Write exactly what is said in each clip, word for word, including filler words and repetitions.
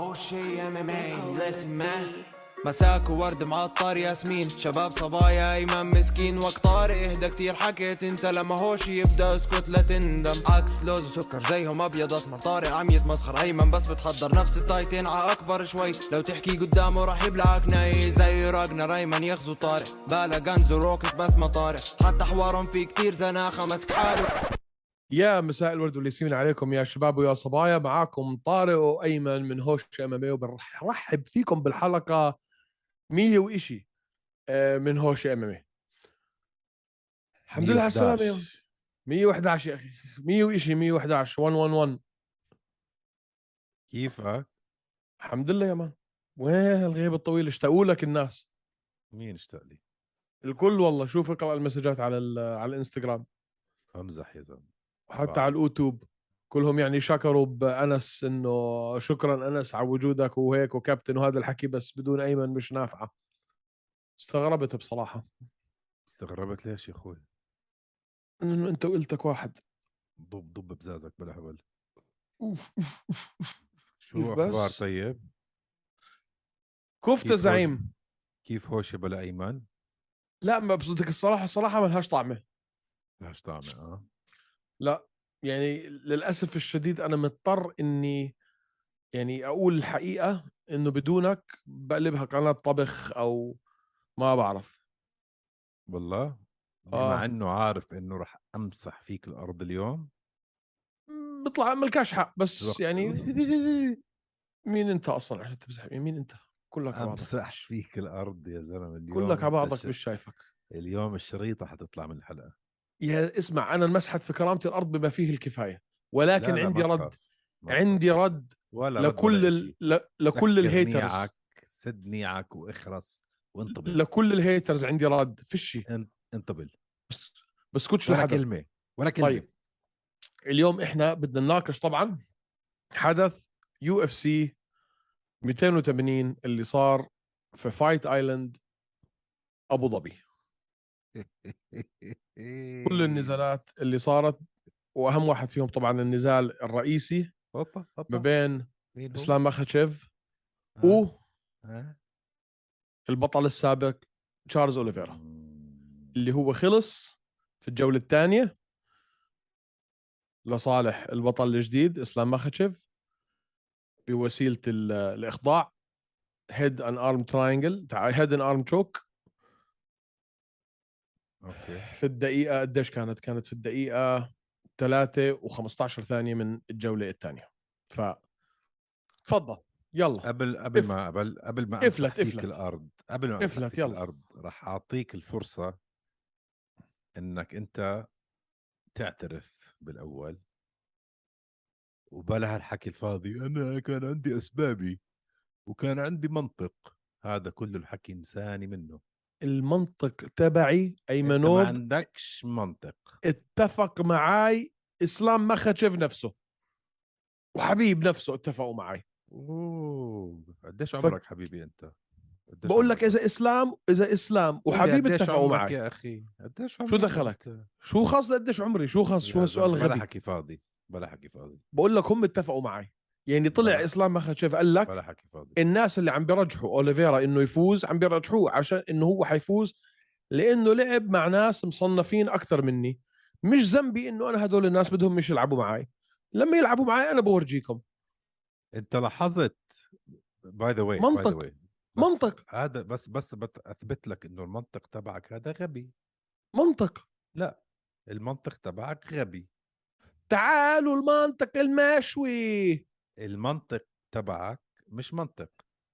هوشي ام ام اي listen man. مساك وورد معطر ياسمين، شباب صبايا ايمن مسكين وقت طارق اهدى كتير حكيت انت لما هوشي يبدا اسكت لا تندم. عكس لوز وسكر زيهم ابيض اسمر، طارق عم يتمسخر ايمن بس بتحضر نفس التايتين ع اكبر شوي، لو تحكي قدامه راح يبلعك ناي زي راجنر ايمن يغزو طارق، بالا غنز وروكت بس ما طارق، حتى حوارهم في كتير زناخه مسك حاله. يا مساء الورد والياسمين عليكم يا شباب ويا صبايا، معاكم طارق وأيمن من هوش ام ام اي، وبرحب فيكم بالحلقة مية وإشي من هوش ام ام اي. الحمد لله على السلامة يا مية وإحدى عشر يا أخي، مية وإشي مية وإحدى عشر مية وإحدى عشر. كيفك؟ الحمد لله يا مان. وين الغيب الطويل؟ اشتاقوا لك الناس. مين اشتاق لي؟ الكل والله. شوف اقرأ المسجات على على الانستغرام، امزح يا زلمه، وحتى على اليوتيوب كلهم يعني شكروا بأنس، انه شكرا أنس على وجودك وهيك وكابتن وهذا الحكي، بس بدون أيمن مش نافعة. استغربت بصراحة. استغربت ليش يا اخوي؟ انت قلتك واحد ضب ضب بزازك بلا هبل. أوف. شو اخبار؟ طيب كفتة زعيم. كيف هوشي بلا ايمن؟ لا ما بصدق الصراحة، الصراحة ما لهاش طعمة. لهاش طعمة؟ اه لا يعني للأسف الشديد أنا مضطر إني يعني أقول الحقيقة، إنه بدونك بقلبها قناة طبخ أو ما بعرف والله. آه. مع انه عارف انه رح امسح فيك الارض اليوم، بطلع ملكاش حق بس الوقت. يعني مين انت اصلا عشان تمسح؟ مين انت؟ كلك على بعضك. امسح فيك الارض يا زلمه اليوم. كلك على بعضك الش... مش شايفك. اليوم الشريطه حتطلع من الحلقه. يا اسمع، انا انمسحت في كرامتي الارض بما فيه الكفايه، ولكن لا لا عندي ما رد. تخاف. ما عندي تخاف. رد ولا رد لكل ولا ال... إشي. ل... لكل سكر الهيترز. نيعك، سد نيعك واخرس وانطبل. لكل الهيترز عندي رد فشي. انت انطبل. بس بسكتش ولا لحدا. كلمه ولا كلمه. طيب اليوم احنا بدنا نناقش طبعا حدث يو اف سي مئتين وثمانين اللي صار في فايت ايلاند ابو ظبي. كل النزالات اللي صارت، واهم واحد فيهم طبعا النزال الرئيسي هوبا ما هوبا. بين مين هو؟ اسلام مخاتشيف ها؟ و ها؟ البطل السابق تشارلز اوليفيرا، اللي هو خلص في الجولة الثانية لصالح البطل الجديد اسلام مخاتشيف بوسيلة الإخضاع، هيد ان ارم تراينجل، هيد ان ارم تشوك. اوكي. في الدقيقة قديش كانت؟ كانت في الدقيقة ثلاثة وخمسة عشر ثانية من الجولة الثانية. ف تفضل يلا. قبل قبل اف... ما قبل قبل ما امسح افلت فيك افلت الارض، قبل ما امسح افلت فيك يلا. الارض راح اعطيك الفرصة انك انت تعترف بالاول، وبلا هالحكي الفاضي انا كان عندي اسبابي وكان عندي منطق. هذا كله الحكي انساني منه. المنطق تبعي انت ما ايمنوف عندكش منطق. اتفق معاي، اسلام مخاتشيف نفسه وحبيب نفسه اتفقوا معي. اوه قديش ف... عمرك حبيبي انت؟ قديش بقول لك عمرك؟ اذا اسلام اذا اسلام قول لي وحبيب قديش اتفقوا عمرك معي. يا اخي؟ قديش عمرك شو دخلك؟ انت؟ شو خاص قديش عمري؟ شو خاص؟ شو يا هالسؤال زلمة بلا الغبي؟ حكي فاضي، بلا حكي فاضي. بقول لك هم اتفقوا معي. يعني طلع بلا اسلام مخاتشيف قال بلا لك حكي فاضي. الناس اللي عم بيرجحوا اوليفيرا انه يفوز عم بيرجحوه عشان انه هو حيفوز لانه لعب مع ناس مصنفين اكثر مني. مش ذنبي انه انا هدول الناس بدهم مش يلعبوا معي. لما يلعبوا معي انا بورجيكم. انت لاحظت باي ذا واي باي ذا منطق واي منطق هذا بس بس بثبت لك انه المنطق تبعك هذا غبي. منطق. لا، المنطق تبعك غبي. تعالوا المنطق المشوي. المنطق تبعك مش منطق.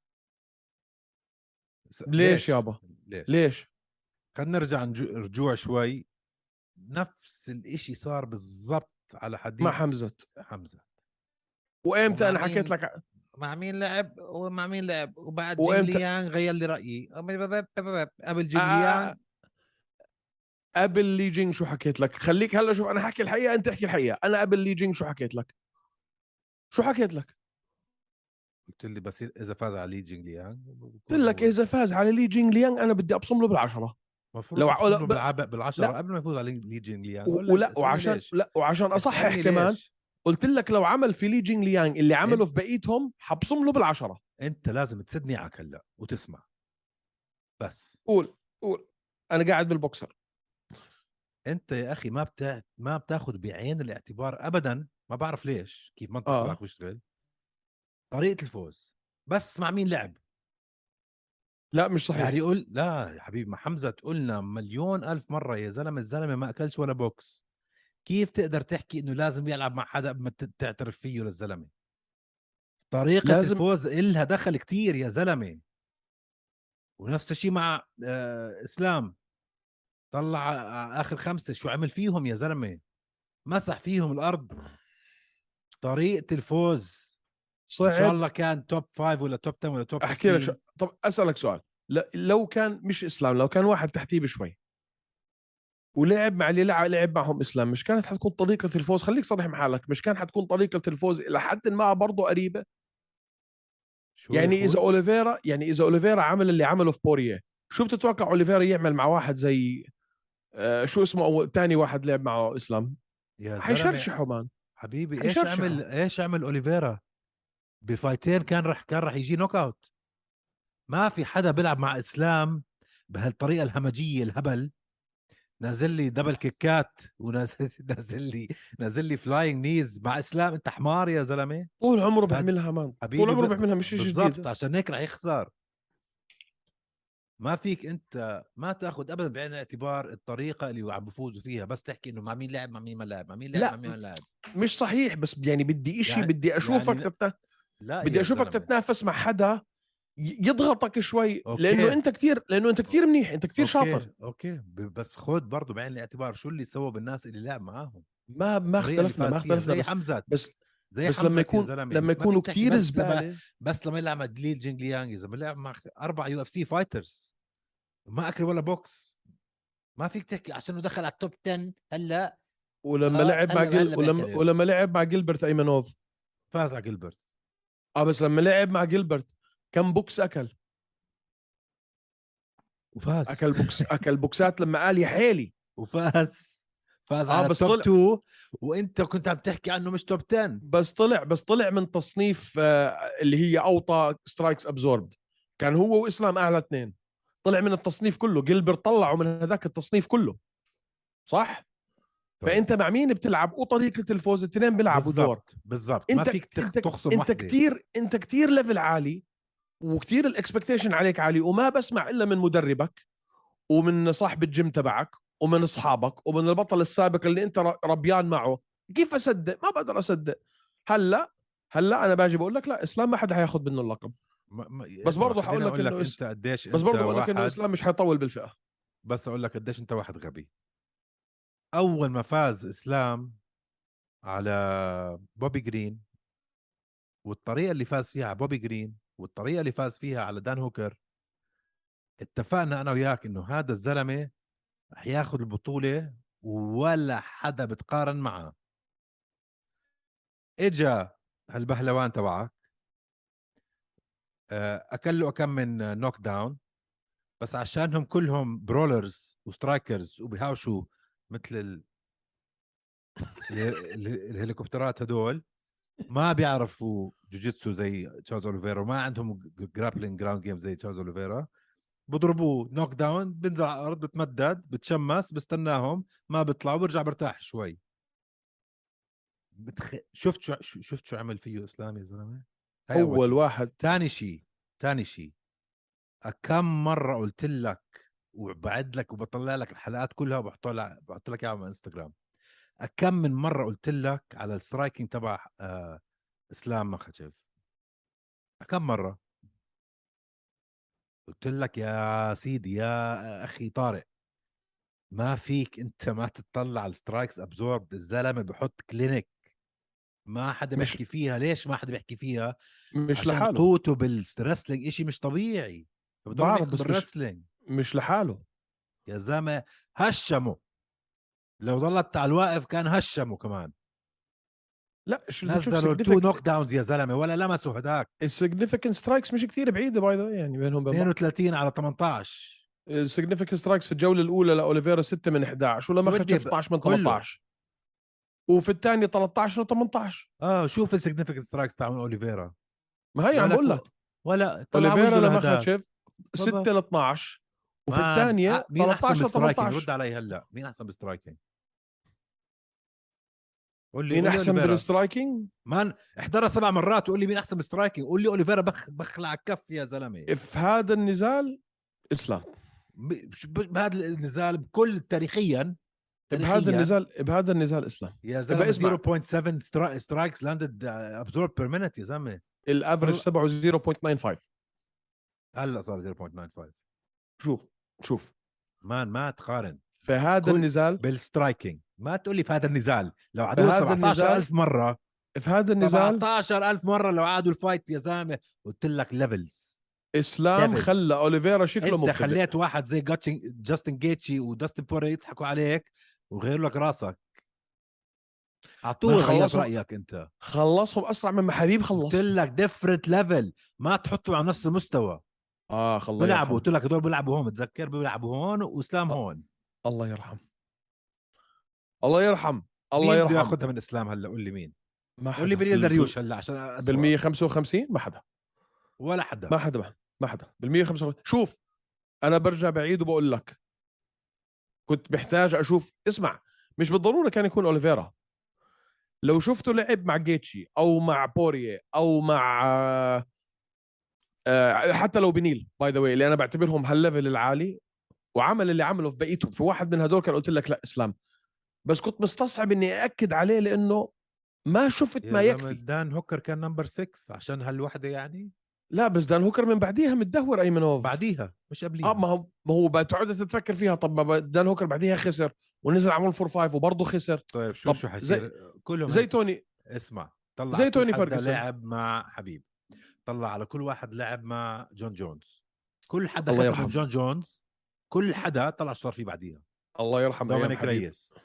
ليش يابا؟ ليش ليش؟ خلينا نرجع رجوع شوي. نفس الاشي صار بالضبط على حديث مع حمزة حمزة. وامتى انا حكيت لك مع مين لعب ومع مين لعب وبعد وإمتى... جينغليان غير لي رأيي قبل جينغليان. آه... قبل لي جينغ شو حكيت لك؟ خليك هلا شوف، انا حكي الحقيقه انت احكي الحقيقه. انا قبل لي جينغ شو حكيت لك؟ شو حكيت لك؟ قلت لي بس اذا فاز على لي جينغليان. قلت لك اذا فاز على لي جينغ ليانغ انا بدي ابصم له بالعشره. المفروض لو ابصم له بالعشره قبل ما يفوز على لي جينغليان. ولا وعشان لا وعشان اصحح كمان. قلت لك لو عمل في لي جينغ ليانغ اللي عمله إنت- في بقيتهم حبصم له بالعشرة. انت لازم تسدني على هلا وتسمع بس. قول قول. انا قاعد بالبوكسر. انت يا اخي ما بتا... ما بتاخذ بعين الاعتبار ابدا، ما بعرف ليش كيف منطق تبعك اه بيشتغل، طريقه الفوز بس مع مين لعب. لا مش صحيح. يعني يقول لا يا حبيبي، ما حمزه قلنا مليون الف مره يا زلمه، الزلمه ما اكلش ولا بوكس، كيف تقدر تحكي انه لازم يلعب مع حدا قبل ما ت- تعترف فيه للزلمه؟ طريقه لازم. الفوز إلها دخل كتير يا زلمه. ونفس الشيء مع آه اسلام، طلع آه، اخر خمسه شو عمل فيهم يا زلمه، مسح فيهم الارض. طريقه الفوز ان شاء صعب. الله كان توب فايف ولا توب عشرة ولا توب احكي لك شو... خمستاشر. طب اسالك سؤال. ل... لو كان مش اسلام، لو كان واحد تحتيه بشوي ولعب مع اللي لعب لعب معهم اسلام، مش كانت حتكون طريقه الفوز؟ خليك صريح مع حالك، مش كان حتكون طريقه الفوز الى حد ما برضه قريبه؟ شو يا يعني اذا اخوي؟ اوليفيرا يعني اذا اوليفيرا عمل اللي عمله في بوريه، شو بتتوقع اوليفيرا يعمل مع واحد زي آه شو اسمه اول ثاني واحد لعب معه اسلام؟ يا زلمه حيشرشحه مان. حبيبي، ايش عمل حيشرشحه. ايش عمل اوليفيرا بفايتين؟ كان رح كان رح يجي نوك اوت. ما في حدا بيلعب مع اسلام بهالطريقه الهمجيه الهبل، نازل لي دبل كيكات ونازل نازل لي نازل لي فلاينج نيز مع اسلام. انت حمار يا زلمه. طول عمره هاد بيعملها مان، طول حبيبي عمره ب... بيعملها، مش شيء بالضبط، جديد. عشان هيك رح يخسر. ما فيك انت ما تاخذ ابدا بعين الاعتبار الطريقه اللي عم بفوزوا فيها، بس تحكي انه مع مين لعب مع مين ما لعب، مع مين لعب مع لا مين ما لعب. مش صحيح، بس يعني بدي إشي، يعني بدي يعني اشوفك لا, تت... لا بدي يا اشوفك زلمه. تتنافس مع حدا ي- يضغطك شوي، لانه اوكي انت كثير لانه انت كثير منيح، انت كثير شاطر. اوكي اوكي ب- بس خد برضه بعين الاعتبار شو اللي سوى بالناس اللي لعب معاهم، ما ما الطريقه اللي اختلفنا، فاز ما فيها اختلفنا، زي بس حمزه. بس زي بس لما حمزه يا يكون زلمه، لما ما يكونوا فيك تحكي كثير بس لما زباله. بس لما يلعب مع دليل جينغليانج، اذا بيلعب مع اربع يو اف سي فايترز ما اكل ولا بوكس، ما فيك تحكي عشان دخل على التوب عشرة هلا. ولما اه لعب مع هلا جل هلا ولما بيعترف. ولما لعب مع جيلبرت ايمنوف. فاز على جilbert. اه بس لما لعب مع جيلبرت كم بوكس اكل؟ وفاز اكل بوكس، اكل بوكسات لما قال يا حيلي. وفاز فاز اه على بس التوب طلع اتنين، وانت كنت عم تحكي عنه مش توب عشرة. بس طلع بس طلع من تصنيف آه اللي هي اوطى سترايكس ابزوربد. كان هو واسلام اعلى اثنين. طلع من التصنيف كله، جيلبرت طلعه من هذاك التصنيف كله. صح. طيب فانت مع مين بتلعب وطريقه الفوز، الاثنين بيلعبوا دور. بالضبط بالضبط، ما انت فيك تخ... انت تخصم انت وحده. كثير انت كثير ليفل عالي، وكثير الاكسبكتيشن عليك عالي، وما بسمع الا من مدربك ومن صاحب الجيم تبعك ومن اصحابك ومن البطل السابق اللي انت ربيان معه. كيف اصدق؟ ما بقدر اصدق. هلا هلا انا باجي بقول لك لا، اسلام ما حدا حياخذ منه اللقب. ما... ما... بس اسمع، برضه خليني حقول لك اقول انه لك اس... انت قديش بس انت برضه بقول لك انه واحد، اسلام مش حيطول بالفئه. بس اقول لك قديش انت واحد غبي. اول ما فاز اسلام على بوبي جرين، والطريقه اللي فاز فيها على بوبي جرين والطريقه اللي فاز فيها على دان هوكر، اتفقنا انا وياك انه هذا الزلمه رح ياخذ البطوله ولا حدا بتقارن معه. اجا هالبهلوان تبعك، آه، اكل له كم من نوك داون، بس عشانهم كلهم برولرز وسترايكرز وبيهاوشوا مثل ال... ال... ال... الهليكوبترات هدول، ما بيعرفوا جوجيتسو زي تشارلز اوليفيرا، وما عندهم جرابلينج جراوند جيم زي تشارلز اوليفيرا. بضربوه نوك داون، بنزل على الارض، بتمدد، بتشمس، بستناهم ما بيطلعوا، برجع برتاح شوي. بتخ... شفت شو شفت شو عمل فيه اسلام يا زلمه. هاي اول اول شيء. واحد. ثاني شيء ثاني شيء كم مره قلت لك وبعد لك وبطلع لك الحلقات كلها وبحط لك بحط لك اياها على انستغرام، كم من مره قلت لك على السترايكينج تبع آه اسلام مخشف. كم مره قلت لك يا سيدي يا اخي طارق، ما فيك انت ما تطلع على السترايكس ابزورب. الزلمه بحط كلينيك، ما حدا مش بيحكي فيها. ليش ما حدا بيحكي فيها؟ مش عشان لحاله. قوته بالرسلينج اشي مش طبيعي، فبضلهم بعرف يحكوا بس مش بالرسلينج. مش لحاله. يا زلمه هشمه، لو ضلت على الواقف كان هشمه كمان. لا شو بدك تشوف نزلوا التو significant. نوك داونز يا زلمه ولا لمسوا هداك. السيجنيفيكنت سترايكس مش كثير بعيده باي ذا، يعني بينهم وبين بعض. اثنين وثلاثين على ثمانية عشر. السيجنيفيكنت سترايكس في الجوله الاولى لاوليفيرا ستة من احد عشر، ولما شو بدي خدش ب... اثناشر من كله ثمانية عشر. وفي الثاني ثلاثة عشر ثمانية عشر. اه شوف السيجنيفيكنت سترايكس تاع اوليفيرا. ما هي عم بقول لك ولا طلع اوليفيرا وجهه لما لهداك. خد ستة ل اثناش، وفي مان الثانيه آه، مين احسن ثلاثة عشر بالسترايكنج؟ رد ثمانية عشر. علي هلا، مين احسن بالسترايكنج؟ قول لي مين قول لي احسن اوليفيرا. بالسترايكنج؟ مان احضرها سبع مرات وقول لي مين احسن بالسترايكنج. قول لي اوليفيرا بخ بخلع الكف يا زلمه. في هذا النزال اسلام. ب- ش- ب- بهذا النزال بكل تاريخيا بهذا تاريخيا النزال بهذا النزال اسلام. يا بقى زلمه اسمع، صفر فاصلة سبعة سترا... سترايكس لاندد ابزورب بير مينت يا زلمه. الافرج تبعه صفر فاصلة تسعة خمسة. هلا صار صفر فاصلة تسعة خمسة. شوف شوف مان ما تقارن في هذا كل النزال بالسترايكنج. ما تقول لي في هذا النزال لو عادوا بهذا سبعتاشر ألف مره. في هذا النزال سبعتاشر ألف مره لو عادوا الفايت يا زلمه. قلت لك ليفلز. اسلام Levels. خلى اوليفيرا شكله انت مبتدئ. خليت واحد زي جاتشن جاستن جيتشي وداستن بوري يضحكوا عليك وغير لك راسك. اعطوه غير خلصهم رايك انت. خلصهم اسرع مما حبيب قلت خلص. لك ديفرنت ليفل. ما تحطوا على نفس المستوى. اه الله بيلعبوا يرحم. قلت لك هدول بيلعبوا هون. بتذكر بيلعبوا هون واسلام آه. هون. الله يرحم. الله يرحم. الله مين يرحم. بده ياخذها من اسلام هلا؟ قول لي مين. ما قول لي حدا بليل في- دريوش هلا عشان أسوأ. بال مية وخمسة وخمسين ما حدا. ولا حدا. ما حدا ما حدا بال مية وخمسة وخمسين. شوف انا برجع بعيد وبقول لك كنت محتاج اشوف. اسمع، مش بالضروره كان يكون اوليفيرا. لو شفته لعب مع جيتشي او مع بوريه او مع آه، حتى لو بنيل باي ذا واي اللي انا بعتبرهم هالليفل العالي، وعمل اللي عمله في بقيتهم في واحد من هدول، كان قلت لك لا اسلام. بس كنت مستصعب اني ااكد عليه لانه ما شفت ما يا زلمة يكفي. دان هوكر كان نمبر ستة عشان هالوحده يعني. لا بس دان هوكر من بعديها متدهور ايمنوف. بعديها مش قبليها. اه ما هو ما هو بتقعد تتفكر فيها. طب ما دان هوكر بعديها خسر ونزل عمل فور فايف وبرضه خسر. طيب شو طب شو حيصير زي, كلهم زي هيك. توني اسمع طلع زي كل توني حدا فيرجسون. لعب مع حبيب. طلع على كل واحد لعب مع جون جونز. كل حدا الله خسر يرحم. من جون جونز. كل حدا طلع شو صار فيه بعديها. الله يرحم ايام دومينيك حبيب. ريس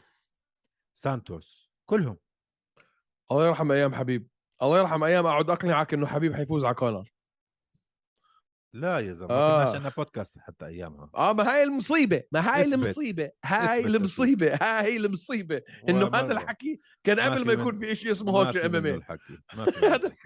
سانتوس كلهم. الله يرحم ايام حبيب. الله يرحم ايام اقعد اقنعك انه حبيب حيفوز على كونر. لا يا زلمه آه. ما كناش عندنا بودكاست حتى ايامها. اه ما هاي المصيبه ما هاي اثبت. المصيبه هاي اثبت المصيبه هاي المصيبه انه وما- هذا الحكي كان ما قبل في ما من- يكون في شيء اسمه ما هوش في ام ام منه اي. الحكي. ما في منه هذا الحكي.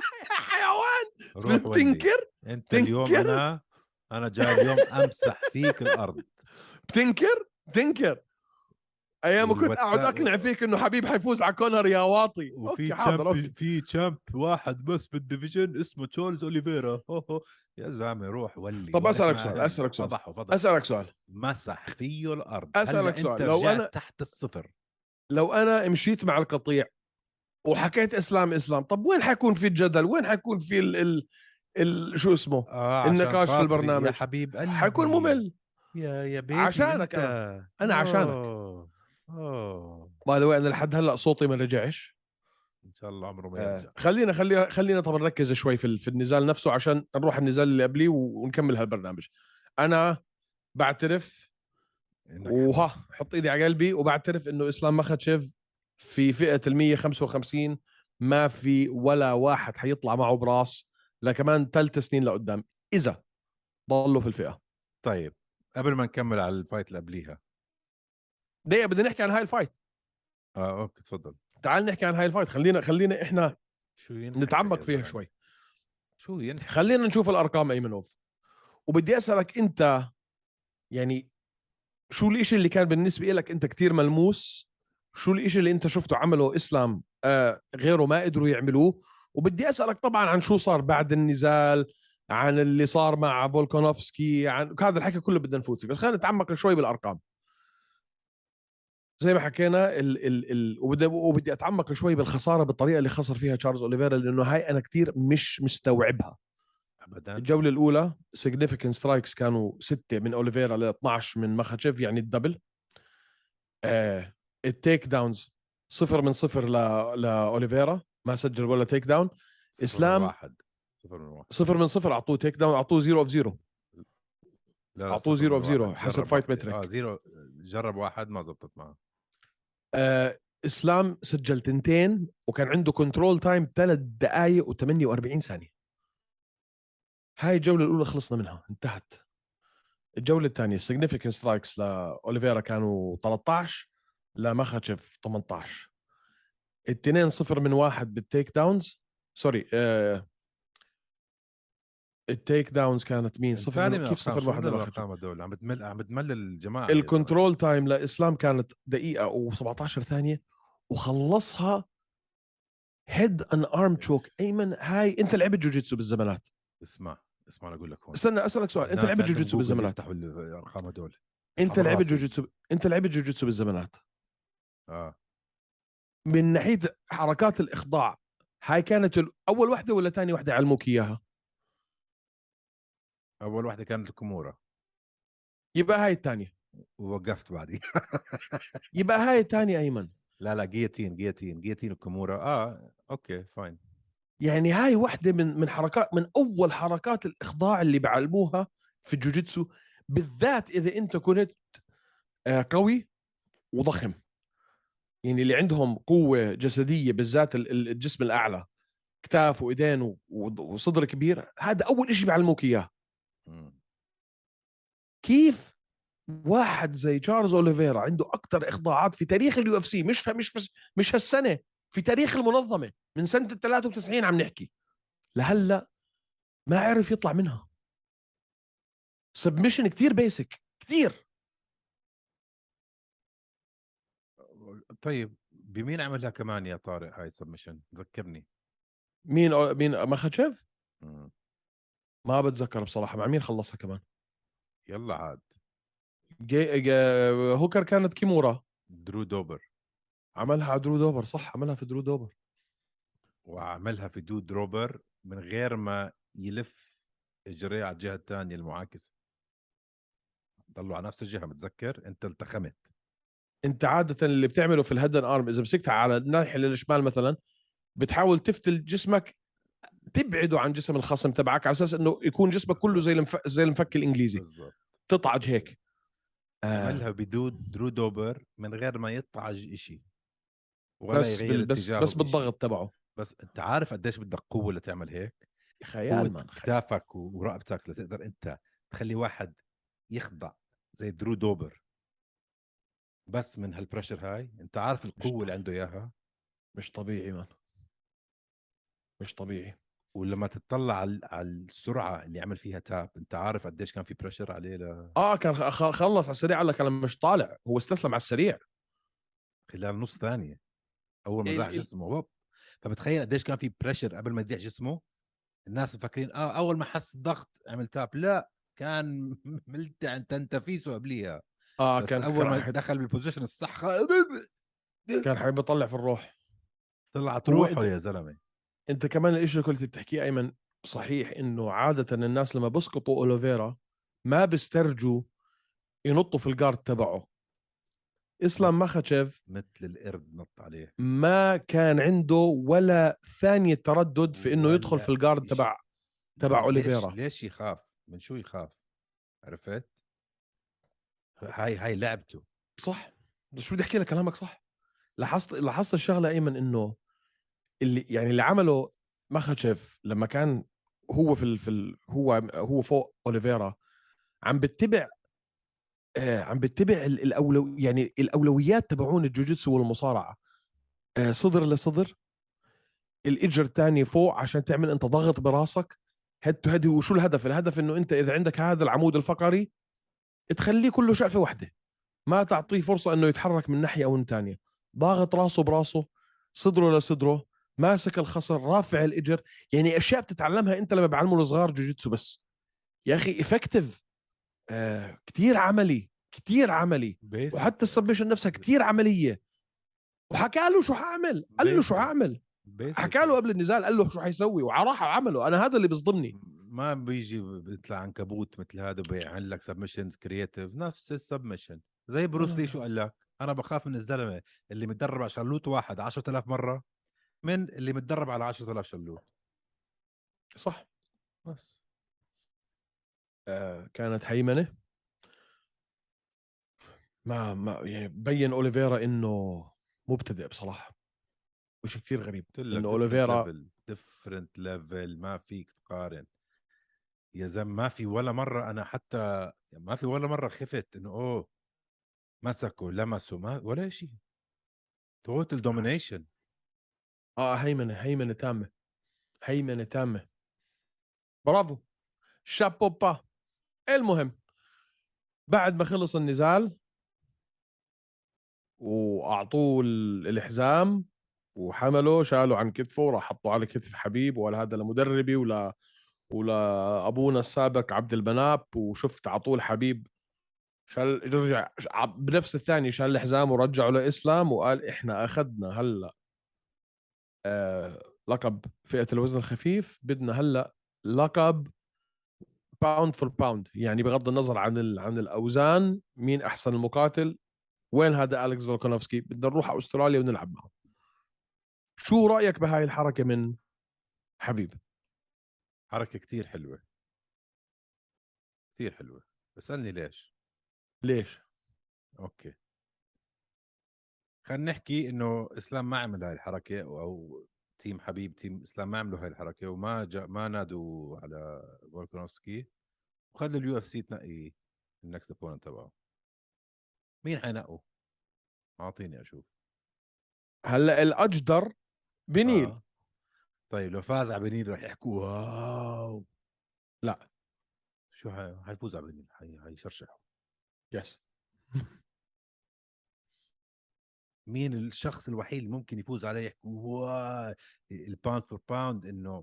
حيوان. روح ولي. بتنكر انت اليوم تنكر؟ انا انا جاي اليوم امسح فيك الارض. بتنكر بتنكر ايام كنت والواتساب- اقعد اقنع فيك انه حبيب حيفوز على كونر يا واطي. وفي أوكي حاضر تشامب أوكي. في تشامب واحد بس بالديفيجن اسمه تشارلز اوليفيرا. يا زلمه روح ولي. طب ولا اسالك اسمع سؤال أهل. اسالك سؤال فضحوا فضح. اسالك سؤال مسح فيه الارض. أسألك هلا سؤال. انت لو رجعت أنا- تحت الصفر. لو انا مشيت مع القطيع وحكيت اسلام اسلام، طب وين حيكون في الجدل؟ وين حيكون في ال ال, ال... شو اسمه اه عشان النقاش في خاطري البرنامج؟ يا حبيب قلبي. حيكون ممل. يا يا بيبي عشانك انت. أنا. أنا عشانك. أوه. اوه باي ذا واي انا لحد هلا صوتي ما رجعش. ان شاء الله عمره ما آه، يرجع. خلينا خلينا خلينا طب نركز شوي في ال- في النزال نفسه عشان نروح النزال اللي قبليه و- ونكمل هالبرنامج. انا بعترف إنك وها حط ايدي على قلبي وبعترف انه اسلام مخاتشيف في فئه ال مية وخمسة وخمسين ما في ولا واحد حيطلع معه براس لكمان ثلاث سنين لقدام اذا ضلوا في الفئه. طيب قبل ما نكمل على الفايت اللي قبليها. دقيقه بدنا نحكي عن هاي الفايت. اه اوكي تفضل. تعال نحكي عن هاي الفايت. خلينا خلينا احنا شو ينحكى نتعمق يا فيها زلمة؟ شوي. شو ينحكى؟ خلينا نشوف الارقام ايمنوف. وبدي اسالك انت يعني شو الاشي اللي كان بالنسبه لك انت كتير ملموس؟ شو الاشي اللي انت شفته عمله اسلام آه غيره ما قدروا يعملوه؟ وبدي اسالك طبعا عن شو صار بعد النزال، عن اللي صار مع فولكانوفسكي، عن هذا الحكي كله بدنا نفوت فيه. بس خلينا نتعمق شوي بالارقام. زي ما حكينا ال ال ال وبدي, وبدي اتعمق شوي بالخساره بالطريقه اللي خسر فيها تشارلز اوليفيرا لانه هاي انا كتير مش مستوعبها. ابدا. الجوله الاولى significant سترايكس كانوا ستة من اوليفيرا ل اثنعش من مخاتشيف يعني الدبل. آه التيك داونز صفر من صفر ل لاوليفيرا ما سجل ولا تيك داون. صفر اسلام من واحد. صفر من واحد. صفر من صفر اعطوه تيك داون، اعطوه زيرو اوف زيرو. لا لا أعطوه صفر زيرو من of زيرو واحد. حسب جرب فايت واحدة. مترك. اه زيرو. جرب واحد ما زبطت معه. آه اسلام سجل تنتين وكان عنده كنترول تايم ثلاث دقائق وثمانية وأربعين ثانيه. هاي الجوله الاولى خلصنا منها انتهت. الجوله الثانيه significant سترايكس لاوليفيرا كانوا ثلاثة عشر لمخاتشيف ثمانية عشر. اتنين صفر من واحد بالتيك داونز. سوري آه التيك داونز كانت مين صفر انساني من من كيف الارقام، صفر من شو واحد من للاخر. الارقام هدول؟ عم بتمل عم بتمل الجماعه يا زلمه. الكنترول تايم لاسلام كانت دقيقه و17 ثانيه وخلصها هيد ان ارم تشوك. ايمن هاي انت لعبت جوجيتسو بالزمانات؟ اسمع اسمع انا اقول لك هون، استنى اسالك سؤال، انت الناس لعبت عندهم جوجيتسو جوجل بالزمانات؟ يفتحوا الارقام هدول. انت اسحب لعبت راسي. جوجيتسو انت لعبت جوجيتسو بالزمانات اه من ناحيه حركات الاخضاع، هاي كانت ال- اول وحده ولا ثاني وحده علموك اياها؟ اول واحده كانت الكموره يبقى هاي الثانيه. ووقفت بعدي. يبقى هاي الثانيه ايمن. لا لا جيتين جيتين جيتين الكموره اه اوكي فاين. يعني هاي وحده من من حركات من اول حركات الاخضاع اللي بعلموها في الجوجيتسو، بالذات اذا انت كنت آه، قوي وضخم. يعني اللي عندهم قوه جسديه بالذات ال- ال- الجسم الاعلى، كتاف وايدين و- وصدر كبير، هذا اول شيء بيعلموك اياه. مم. كيف واحد زي تشارلز اوليفيرا عنده اكثر اخضاعات في تاريخ اليو اف سي، مش ف... مش ف... مش هالسنه، في تاريخ المنظمه من سنه ال ثلاثة وتسعين عم نحكي لهلا، ما عرف يطلع منها. سبمشن كتير بيسك كتير. طيب بمين عملها كمان يا طارق هاي سبمشن؟ ذكرني. مين أو... مين ماخاتشيف؟ مم. ما بتذكر بصراحه مع مين خلصها كمان. يلا عاد. جي... جي... هوكر كانت كيمورا. درو دوبر. عملها على درو دوبر، صح عملها في درو دوبر. وعملها في دود دروبر من غير ما يلف اجريه على الجهه الثانيه المعاكسه، ضلوا على نفس الجهه. متذكر انت التخمت. انت عاده اللي بتعمله في الهيدن ارم اذا مسكتها على الناحيه الشمال مثلا، بتحاول تفتل جسمك تبعده عن جسم الخصم تبعك على اساس انه يكون جسمك كله بالضبط زي المف... زي المفك الانجليزي، بالضبط. تطعج هيك. آه. عملها بدود درو دوبر من غير ما يطعج إشي ولا بس يغير بال... بس اتجاهه بس بإشي. بالضغط تبعه. بس انت عارف قديش بدك قوه لتعمل هيك؟ خيال قوه مان خيال. كتافك ورقبتك لتقدر انت تخلي واحد يخضع زي درو دوبر بس من هالبريشر هاي. انت عارف مش القوه اللي طبيعي. عنده اياها. مش طبيعي مان. مش طبيعي. ولما تطلع على على السرعه اللي عمل فيها تاب، انت عارف قديش كان في بريشر عليه ل... اه كان خ... خلص على السريع، قال لك انا مش طالع، هو استسلم على السريع. خلال نص ثانيه اول ما زاح ال... ال... جسمه هوب. فبتخيل قديش كان في بريشر قبل ما يزيح جسمه. الناس مفكرين اه اول ما حس الضغط عمل تاب، لا كان ملتع انت انت فيسو قبليها. اه بس كان اول كان ما حي... دخل بالبوزيشن الصح خ- كان حيبي يطلع في الروح. طلعت هو روحه انت يا زلمه. انت كمان الاشي اللي كنت بتحكيه ايمن صحيح، انه عاده الناس لما بسقطوا اوليفيرا ما بيسترجوا ينطوا في الجارد تبعه. نط اسلام ماخاتشيف مثل القرد نط عليه. ما كان عنده ولا ثانية تردد في انه يدخل في ولا الجارد إشي. تبع تبع ليه ليش اوليفيرا. ليش يخاف؟ من شو يخاف؟ عرفت؟ هاي هاي لعبته. صح. بس شو بدي احكي لك كلامك صح. لاحظت لاحظت الشغله ايمن انه اللي يعني اللي عمله ماخاتشيف لما كان هو في ال... في ال... هو هو فوق اوليفيرا، عم بتبع آه عم بتبع ال- الاولو يعني الاولويات تبعون الجوجيتسو والمصارعه. آه صدر لصدر، الاجر الثاني فوق عشان تعمل انت ضغط براسك هيد تو هيد. وشو الهدف؟ الهدف انه انت اذا عندك هذا العمود الفقري تخليه كله شقفه واحده، ما تعطيه فرصه انه يتحرك من ناحيه او من ثانيه. ضاغط راسه براسه، صدره لصدره، ماسك الخصر، رافع الاجر. يعني اشياء بتتعلمها انت لما بعلموا الصغار جوجيتسو بس. يا اخي افكتيف. آه كتير عملي كتير عملي. بيسك وحتى السبمشن نفسها كتير عمليه. وحكى له شو حاعمل، قال له شو بيسك حاعمل. حكى بيسك له قبل النزال قال له شو حيسوي وراح وعمله. انا هذا اللي بيصدمني. ما بيجي بيطلع عنكبوت مثل هذا وبيعمل لك سبمشنز كرييتيف نفس السبمشن. زي لا لا بروس لي لا. شو قال لك؟ انا بخاف من الزلمه اللي متدرب على شلوت واحد عشرة آلاف مره من اللي متدرب على عشرة آلاف شلوت. صح. بس آه كانت هيمنه. ما ما يعني بين اوليفيرا انه مبتدئ بصراحه. وش كثير غريب قلت لك انه ديفرنت اوليفيرا. ليفل ديفرنت ليفل ما فيك تقارن يا زلمه. ما في ولا مره انا حتى ما في ولا مره خفت انه اوه مسكوا لمسوا ما ولا شيء. توتال دومينيشن. اه هيمنه هيمنه تامه، هيمنه تامه. برافو، شابوبا. المهم بعد ما خلص النزال واعطوه ال- الحزام وحمله، شالوا عن كتفه وراح حطوا على كتف حبيب، ولا هذا لمدربي ولا ولا ابونا السابق عبد المناب. وشفت على طول حبيب شال رجع بنفس الثانية، شال الحزام ورجعه لإسلام وقال احنا اخذنا هلا آه لقب فئة الوزن الخفيف، بدنا هلا لقب باوند فور باوند، يعني بغض النظر عن ال... عن الاوزان مين احسن المقاتل. وين هذا أليكس فولكانوفسكي؟ بدنا نروح على استراليا ونلعب معه. شو رأيك بهاي الحركة من حبيب؟ حركه كتير حلوه، كتير حلوه. بسألني ليش؟ ليش؟ اوكي، خلينا نحكي انه اسلام ما عمل هاي الحركه، او تيم حبيب تيم اسلام ما عملوا هاي الحركه، وما جا ما نادوا على فولكانوفسكي، وخلوا اليو اف سي تنقي النكست اوبوننت تبعه. مين حينقوا؟ اعطيني اشوف. هلا الأجدر بنيل. اه طيب لو فاز على بنين راح يحكوا واو. لا. شو حي... حيفوز على بنين، حي... حيشرشحوا. يس. مين الشخص الوحيد اللي ممكن يفوز عليه يحكوا واو الباوند فور باوند؟ انه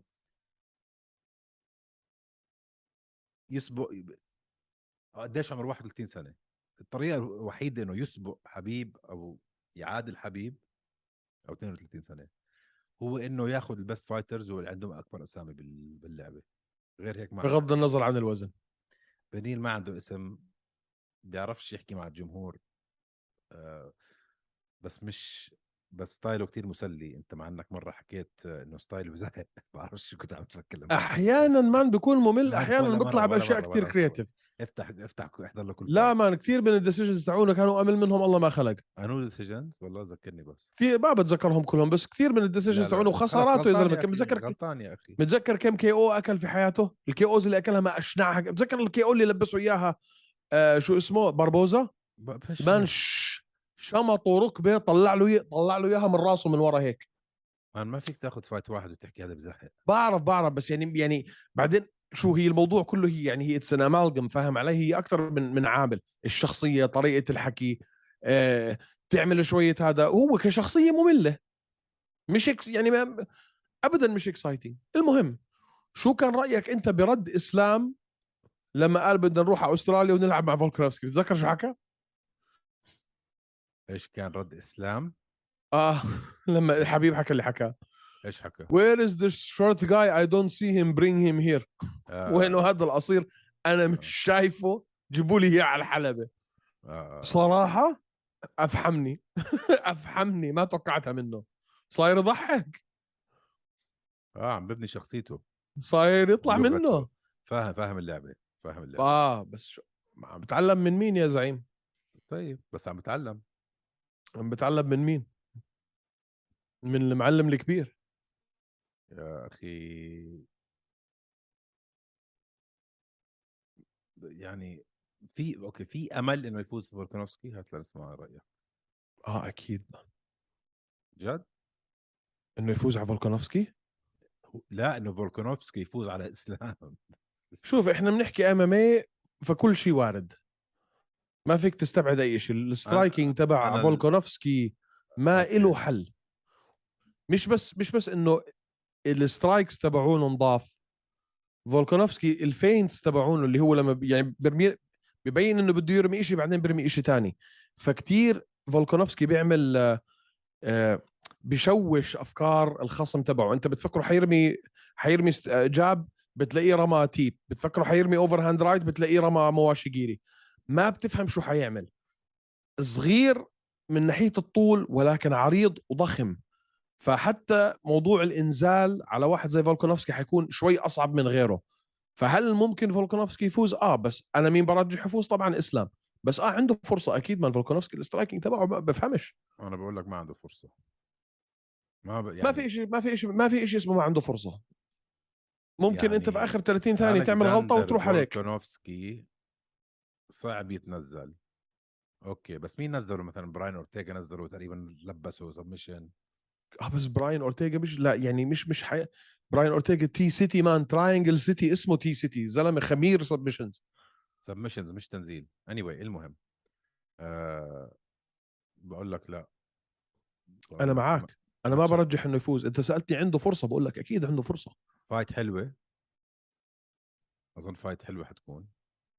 يسبق. قديش عمره؟ واحد وثلاثين سنه. الطريقه الوحيده انه يسبق حبيب او يعادل حبيب او اثنين وثلاثين سنه هو انه ياخذ البست فايترز واللي عندهم اكبر اسامي بال- باللعبه. غير هيك ما عنده. بغض النظر عن الوزن. بنيل ما عنده اسم، بيعرفش يحكي مع الجمهور. آه بس مش بس ستايله كتير مسلي. انت مع انك مره حكيت آه، انه ستايله بزهق بعرفش شو كنت عم تفكر لما حكيت. احيانا مان بيكون ممل، لا احيانا ولا بيطلع مره ولا باشياء مره كثير ولا مرة. كرياتيف. افتح افتح احضر له كل لا فايت. مان، كثير من الديسيجنز تاعونه كانوا امل منهم الله ما خلق. انو ديسيجنز والله ذكرني بس. كثير ما بتذكرهم كلهم، بس كثير من الديسيجنز لا لا تاعونه لا خلص وخساراته يا غلطان زلمه. يا كم اخي، متذكر؟ غلطان يا اخي. متذكر كم كي او اكل في حياته؟ الكي اوز اللي اكلها ما اشنعها. متذكر الكي او اللي لبسوا اياها آه شو اسمه، باربوزا؟ ب- فش مان عليه. ش- شمطوا ركبه، طلع له طلع له اياها من راسه من ورا هيك. مان ما فيك تاخذ فايت واحد وتحكي هذا بزهق. بعرف بعرف بس يعني يعني بعدين شو هي الموضوع كله، هي يعني هي اتس ان امالجم، فاهم علي؟ هي اكثر من من عامل الشخصيه، طريقه الحكي، آه تعمل شويه هذا. هو كشخصيه ممله، مش إكس يعني ما ابدا مش اكسايتنج. المهم، شو كان رايك انت برد اسلام لما قال بدنا نروح على استراليا ونلعب مع فولكرافسكي؟ تتذكر شو حكى؟ ايش كان رد اسلام؟ اه لما ايش الحبيب حكى اللي حكاه. ايش حكى؟ Where is this short guy? I don't see him, bring him here. وينه آه هذا القصير؟ انا مش شايفه، جيبوا لي اياه على الحلبة. آه آه. صراحة افحمني. افحمني، ما توقعتها منه. صاير يضحك، اه عم ببني شخصيته صاير يطلع ولغته. منه. فاهم فاهم اللعبه، فاهم اللعبه. اه بس شو عم بتعلم من مين يا زعيم؟ طيب بس عم بتعلم. عم بتعلم من مين؟ من المعلم الكبير. يا اخي يعني في اوكي في امل انه يفوز فولكانوفسكي؟ هات لنسمع رايك. اه اكيد جد؟ انه يفوز على فولكانوفسكي. لا انه فولكانوفسكي يفوز على اسلام. شوف احنا بنحكي ام ام اي، فكل شيء وارد، ما فيك تستبعد اي شيء. انا السترايكينج تبع انا ال... فولكانوفسكي ما اوكي. إله حل. مش بس مش بس انه السترايكس تبعونه نضاف، فولكانوفسكي الفينتس تبعونه اللي هو لما بي- يعني برمي، ببين انه بده يرمي شيء بعدين بيرمي شيء تاني. فكتير فولكانوفسكي بيعمل آه، آه، بشوش افكار الخصم تبعه. انت بتفكره حيرمي حيرمي است- آه، جاب، بتلاقيه رمى تيب. بتفكره حيرمي اوفر هاند رايت، بتلاقيه رمى مواشي جيري. ما بتفهم شو حيعمل. صغير من ناحية الطول ولكن عريض وضخم، فحتى موضوع الانزال على واحد زي فولكانوفسكي حيكون شوي اصعب من غيره. فهل ممكن فولكانوفسكي يفوز؟ اه بس انا مين برجح يفوز؟ طبعا اسلام. بس اه عنده فرصه اكيد من فولكانوفسكي، الاسترايكينج تبعه ما بفهمش. انا بقول لك ما عنده فرصه. ما ب... ما في يعني شيء ما في شيء ما في شيء اسمه ما عنده فرصه. ممكن انت في يعني اخر ثلاثين ثانيه تعمل غلطه الكسندر وتروح عليك. فولكانوفسكي صعب يتنزل. اوكي بس مين نزله؟ مثلا براين اورتيغا نزله تقريبا، لبسه سبمشن. اه بس براين اورتيغا مش لا يعني مش مش حي... براين اورتيغا تي سيتي مان تراينجل سيتي اسمه تي سيتي زلمه خمير سبمشنز. سبمشنز مش تنزيل. anyway المهم أه بقول لك لا بقول انا لك معك. انا ما ماتشات برجح انه يفوز. انت سالتني عنده فرصه بقول لك اكيد عنده فرصه. فايت حلوه، اظن فايت حلوه حتكون.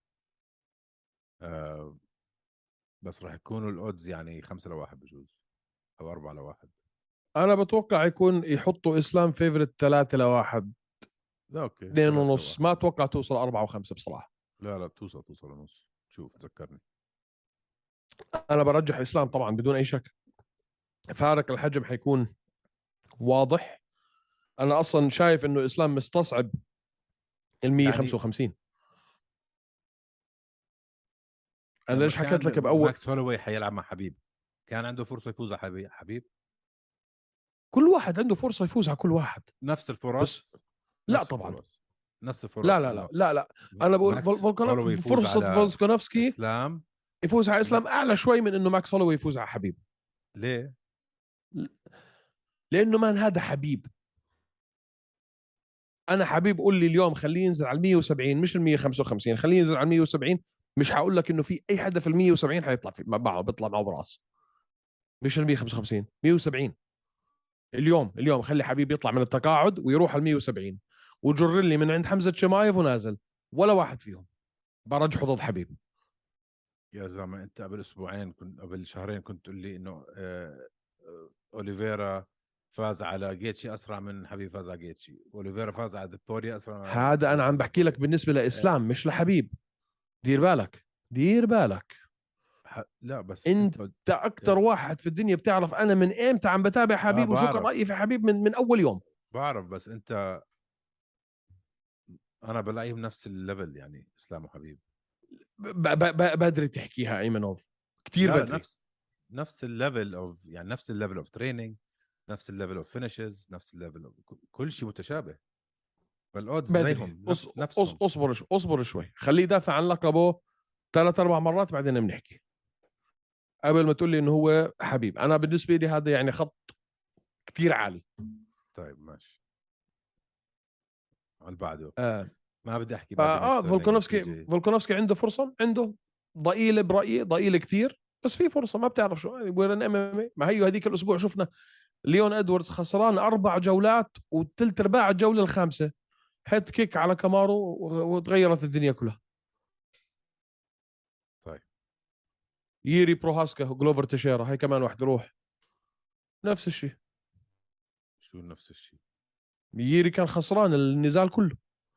أه بس راح يكونوا الاودز يعني خمسة لواحد بجوز، او أربعة لواحد. انا بتوقع يكون يحطوا اسلام فيفرت ثلاثة لواحد لا اوكي اثنين ثلاثة ونص. لواحد. ما اتوقع توصل أربعة وخمسة بصراحه. لا لا بتوصل توصل ونص. شوف تذكرني. انا برجح اسلام طبعا بدون اي شك. فارق الحجم حيكون واضح. انا اصلا شايف انه اسلام مستصعب ال يعني مية وخمسة وخمسين. انا لما ليش حكيت لك كان باول ماكس هولوي حيلعب مع حبيب كان عنده فرصه يفوز على حبيب حبيب كل واحد عنده فرصه يفوز على كل واحد. نفس بس الفرص. لا نفس طبعا. الفرص نفس لا الفرص لا لا انه لا لا. انا بقول فول- ماكس هولوي فولكانو يفوز فرصه على فولكانوفسكي اسلام. يفوز على لا اسلام اعلى شوي من انه ماكس هولوي يفوز على حبيب. ليه؟ لانه مان هذا حبيب. انا حبيب قول لي اليوم خليه ينزل على مية وسبعين مش ال مية وخمسة وخمسين، خليه ينزل على مية وسبعين. مش هقول لك انه في اي حدا في ال مية وسبعين حيطلع في معه بيطلع معه براس. مش ال مية وخمسة وخمسين مية وسبعين. اليوم اليوم خلي حبيب يطلع من التقاعد ويروح على مية وسبعين وجر لي من عند حمزه شمايف ونازل ولا واحد فيهم برجحه ضد حبيب. يا زلمه انت قبل اسبوعين كنت قبل شهرين كنت تقول لي انه آه آه اوليفيرا فاز على جيتشي اسرع من حبيب فاز على جيتشي، اوليفيرا فاز على ديبوريا اسرع من هذا انا حبيب عم فاز على بحكي لك ديبوريا. بالنسبه آه لاسلام مش لحبيب. دير بالك دير بالك. ح... لا بس انت انت اكثر واحد في الدنيا بتعرف انا من امتى عم بتابع اه حبيب وشو كان بعرف رايي في حبيب من من اول يوم. بعرف بس انت انا بلاقيهم نفس الليفل يعني اسلام وحبيب. ب- ب- ب- بدري تحكيها ايمنوف كثير لا لا بدري. نفس نفس الليفل اوف يعني نفس الليفل اوف تريننج، نفس الليفل اوف فينيشز، نفس الليفل اوف كل شيء متشابه. فالاودز بدري زيهم أص... نفس أص... نفسهم. اصبر شوي اصبر شوي خليه يدافع عن لقبه ثلاث اربع مرات بعدين بنحكي. قبل ما تقول لي انه هو حبيب انا بالنسبه لي هذا يعني خط كثير عالي. طيب ماشي على بعده. آه. ما بدي احكي فا بنجامين اه ستيرلينج وتي فولكانوفسكي جي. فولكانوفسكي عنده فرصه عنده ضئيله برايي ضئيله كثير بس في فرصه ما بتعرف شو وين ام ام اي. ما هي هذيك الاسبوع شفنا ليون ادواردز خسران اربع جولات وثلث ارباع الجوله الخامسه هيد كيك على كامارو وتغيرت الدنيا كلها. طيب ييري بروهاسكا وجلوفر تشيرا هي كمان واحد روح نفس الشيء. شو نفس الشيء؟ ييري كان خسران النزال كله.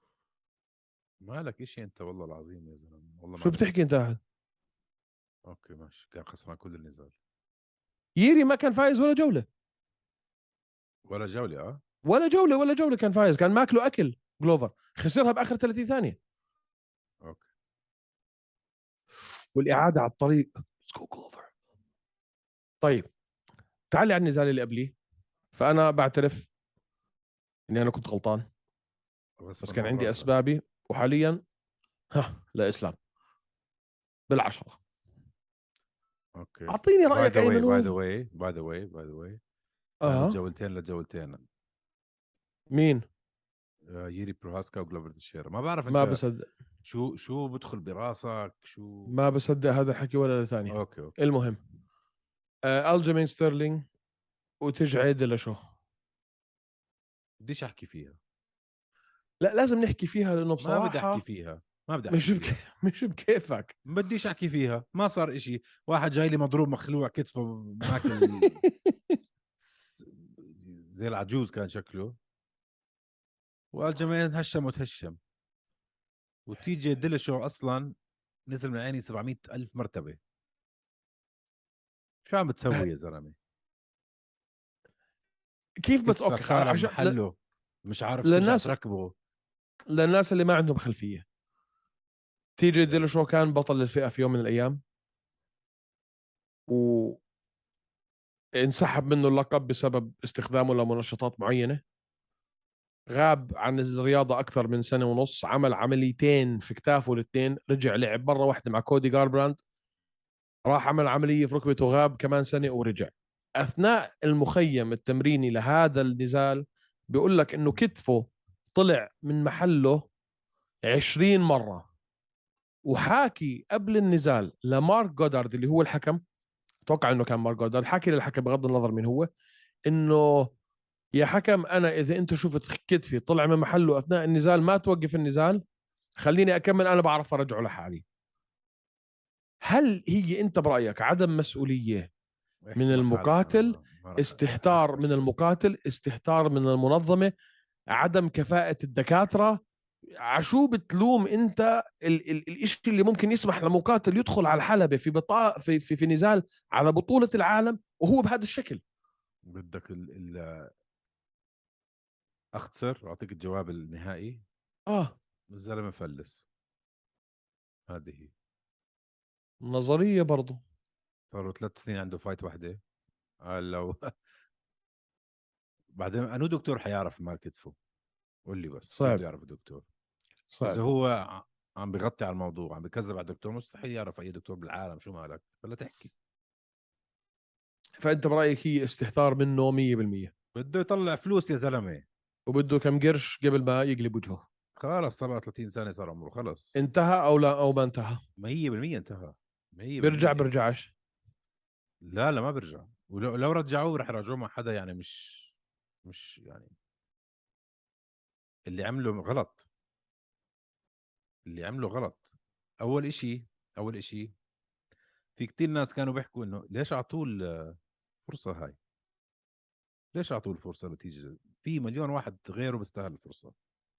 مالك إشي انت والله العظيم يا زلمه والله شو ما بدي. بتحكي انت هاد؟ اوكي ماشي كان خسران كل النزال ييري ما كان فايز ولا جوله ولا جوله. اه ولا جوله ولا جوله كان فايز كان ماكله اكل. جلوفر خسرها باخر ثلاثين ثانيه اوكي والاعاده على الطريق. جلوفر. طيب تعالي على النزال اللي قبليه. فانا بعترف اني انا كنت غلطان بس كان عندي اسبابي وحاليا ها لاسلام بالعشره. اوكي اعطيني باي رايك ذا واي باي ذا ايمن. واي باي ذا واي باي ذا واي اه جولتين لجولتين. مين؟ آه ييري بروهاسكا وجلوفر تشيرا. ما بعرف ما انت بصدق شو شو بدخل براسك شو. ما بصدق هذا الحكي ولا ثانية. اوكي اوكي المهم آه الجيمين ستيرلينج وتجعيد ديلاشو. بديش احكي فيها. لا لازم نحكي فيها لانه ما بدي احكي بصراحه فيها ما بدي احكي مش بك... فيها مش بكيفك. ما بديش احكي فيها. ما صار إشي. واحد جاي لي مضروب مخلوع كتفه ماكل زي العجوز كان شكله، والجماعة هشم وتهشم. وتي جي ديلشو اصلا نزل من عيني سبعمية ألف مرتبة. شو عم بتسوي يا زلمة؟ كيف بت كتفك اوكي خارب عشان ل... محله مش عارف ترجع للناس تركبه. للناس اللي ما عندهم خلفيه تي جي يلا. ديلاشو كان بطل الفئه في يوم من الايام و انسحب منه اللقب بسبب استخدامه لمنشطات معينه. غاب عن الرياضه اكثر من سنه ونص عمل عمليتين في كتافه الاثنين رجع لعب مره واحده مع كودي جاربراند راح عمل عمليه في ركبته غاب كمان سنه ورجع. اثناء المخيم التمريني لهذا النزال بيقول لك انه كتفه طلع من محله عشرين مرة. وحاكي قبل النزال لمارك جودارد اللي هو الحكم، اتوقع انه كان مارك جودارد، حكي للحكم بغض النظر من هو، انه يا حكم انا اذا انت شفت كتفي طلع من محله اثناء النزال ما توقف النزال، خليني اكمل، انا بعرف ارجعه لحالي. هل هي انت برايك عدم مسؤوليه من المقاتل، استهتار من المقاتل، استهتار من المنظمه، عدم كفاءه الدكاتره؟ عشو بتلوم انت ال ال الاشي اللي ممكن يسمح لمقاتل يدخل على الحلبة في بطاقة في, في في نزال على بطولة العالم وهو بهذا الشكل؟ بدك ال ال اختصر اعطيك الجواب النهائي. اه الزلمه فلس، هذه هي نظرية برضو. صار له ثلاث سنين عنده فايت واحده. قال لو بعدين انو دكتور حيعرف مال كتفه؟ قول لي بس كيف صعب بده يعرف الدكتور؟ صعب. اذا هو ع- عم بغطي على الموضوع، عم بكذب على الدكتور، مستحيل يعرف اي دكتور بالعالم شو مالك، ولا تحكي. فانت برأيك هي استهتار منه مية بالمية، بده يطلع فلوس يا زلمه. وبده كم قرش قبل ما يقلب وجهه؟ خلص صار له ثلاثين سنه صار عمره، خلص انتهى او لا او ما انتهى؟ مية بالمية انتهى. مية بيرجع بالمية. برجعش؟ لا لا ما برجع، ولو لو رجعوه رح يرجعوه مع حدا يعني مش مش يعني اللي عمله غلط. اللي عمله غلط. اول اشي اول اشي في كتير ناس كانوا بيحكوا انه ليش اعطوه الفرصه هاي، ليش اعطوه الفرصه لتيجي، في مليون واحد غيره بيستاهل الفرصه.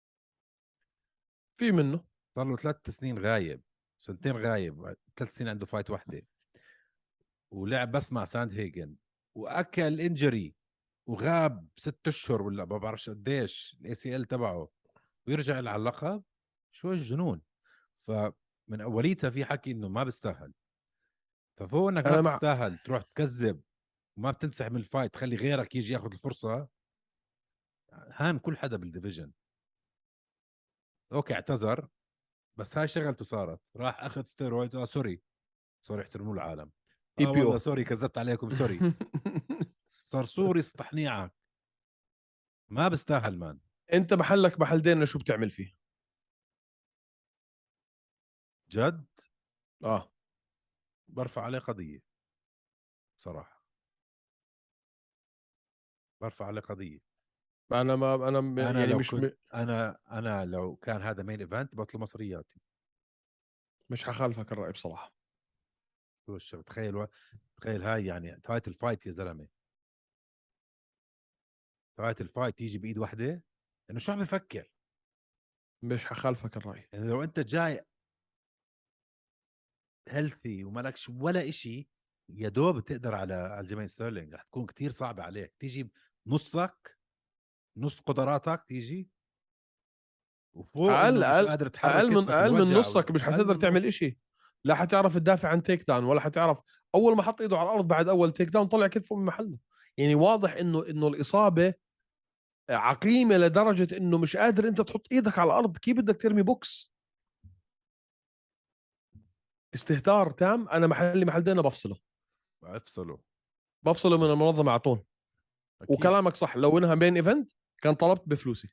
في منه. صار له ثلاث سنين غايب، سنتين غايب، ثلاث سنين عنده فايت واحده، ولعب بس مع ساند هيجن، واكل انجري، وغاب ست اشهر ولا ما بعرفش قديش الاي سي ال تبعه، ويرجع على اللقب. شو الجنون. فمن اوليتها في حكي انه ما بيستاهل. ففوق انك ما انا مع بتستاهل تروح تكذب وما بتنسحب من الفايت، تخلي غيرك يجي ياخذ الفرصه. هان كل حدا بالديفيجن. اوكي اعتذر، بس هاي شغلته صارت، راح اخذ ستيرويد، اه سوري سوري احترموا العالم، اي اه بي والله او. سوري كذبت عليكم سوري. صار سوري استحنيعك، ما بستاهل مان. انت محلك محل دينا شو بتعمل فيه؟ جد اه برفع عليه قضيه، صراحه برفع عليه قضيه. انا ما انا م- انا يعني لو مش م... كنت انا انا لو كان هذا مين ايفنت بطلب مصرياتي. مش حخالفك الرأي بصراحة. شو الشغل، تخيل تخيل هاي يعني تايت الفايت يا زلمه، تايت الفايت يجي بايد واحده، انه شو عم يفكر. مش حخالفك الرأي. يعني لو انت جاي هيلثي ومالكش ولا إشي، يا دوب تقدر على الجيمين ستيرلينج، رح تكون كتير صعبة عليك تيجي نصك، نص قدراتك تيجي، وفوق انه اقل مش اقل قادر تحرك اقل من كتفك اقل من الوجع، نصك مش اقل حتقدر من تعمل نص. إشي. لا حتعرف تدافع عن تيك داون ولا حتعرف. اول ما حط ايده على الارض بعد اول تيك داون طلع كتفه من محله. يعني واضح انه انه الاصابه عقيمه لدرجه انه مش قادر انت تحط ايدك على الارض، كيف بدك ترمي بوكس؟ استهتار تام. انا محلي محل دينا بفصله، افصله. بفصله من المنظمه على طول. اكيد وكلامك صح، لو انها بين ايفنت كان طلبت بفلوسي.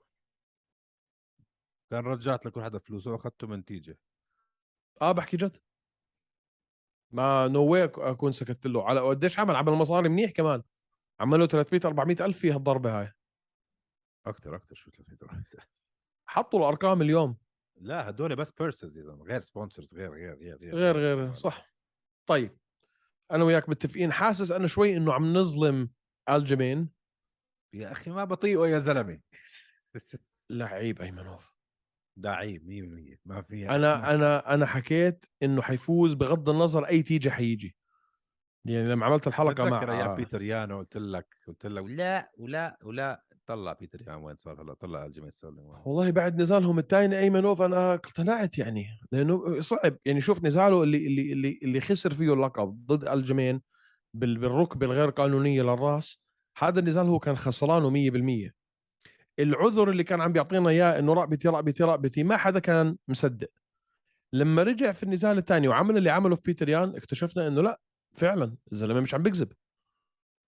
كان رجعت لكل حدا فلوسه واخذته من تيجي. اه بحكي جد. ما نو واي اكون سكت له. على قديش عمل عمل مصاري منيح كمان، عملوا ثلاثمية أربعمية الف في هالضربه هاي. اكثر اكثر شو ثلاثمية. حطوا الارقام اليوم. لا هدول بس بيرسز يا زلمه، غير سبونسرز، غير غير غير غير غير غير, غير صح. طيب انا وياك متفقين. حاسس انا شوي انه عم نظلم الجيمين. يا اخي ما بطيئه يا زلمه. لعيب ايمنوف. داعي مية بالمية ما فيها ما. انا انا انا حكيت انه حيفوز بغض النظر اي تيجي حيجي. يعني لما عملت الحلقه بتذكر ايام مع بيتر يانو قلت لك قلت لك لا ولا ولا طلع بيتر يانو وين صار هلا، طلع الجيمين ستيرلينج وين. والله بعد نزالهم الثاني ايمنوف انا اقتنعت، يعني لانه صعب. يعني شوف نزاله اللي اللي اللي اللي خسر فيه اللقب ضد الجيمين بال- بالركبه الغير قانونيه للراس. هذا النزال هو كان خسرانه مية بالمية. العذر اللي كان عم بيعطينا اياه انه رقبتي رقبتي رقبتي ما حدا كان مصدق. لما رجع في النزال الثاني وعمل اللي عمله في بيتر يان اكتشفنا انه لا، فعلا الزلمه مش عم بيكذب.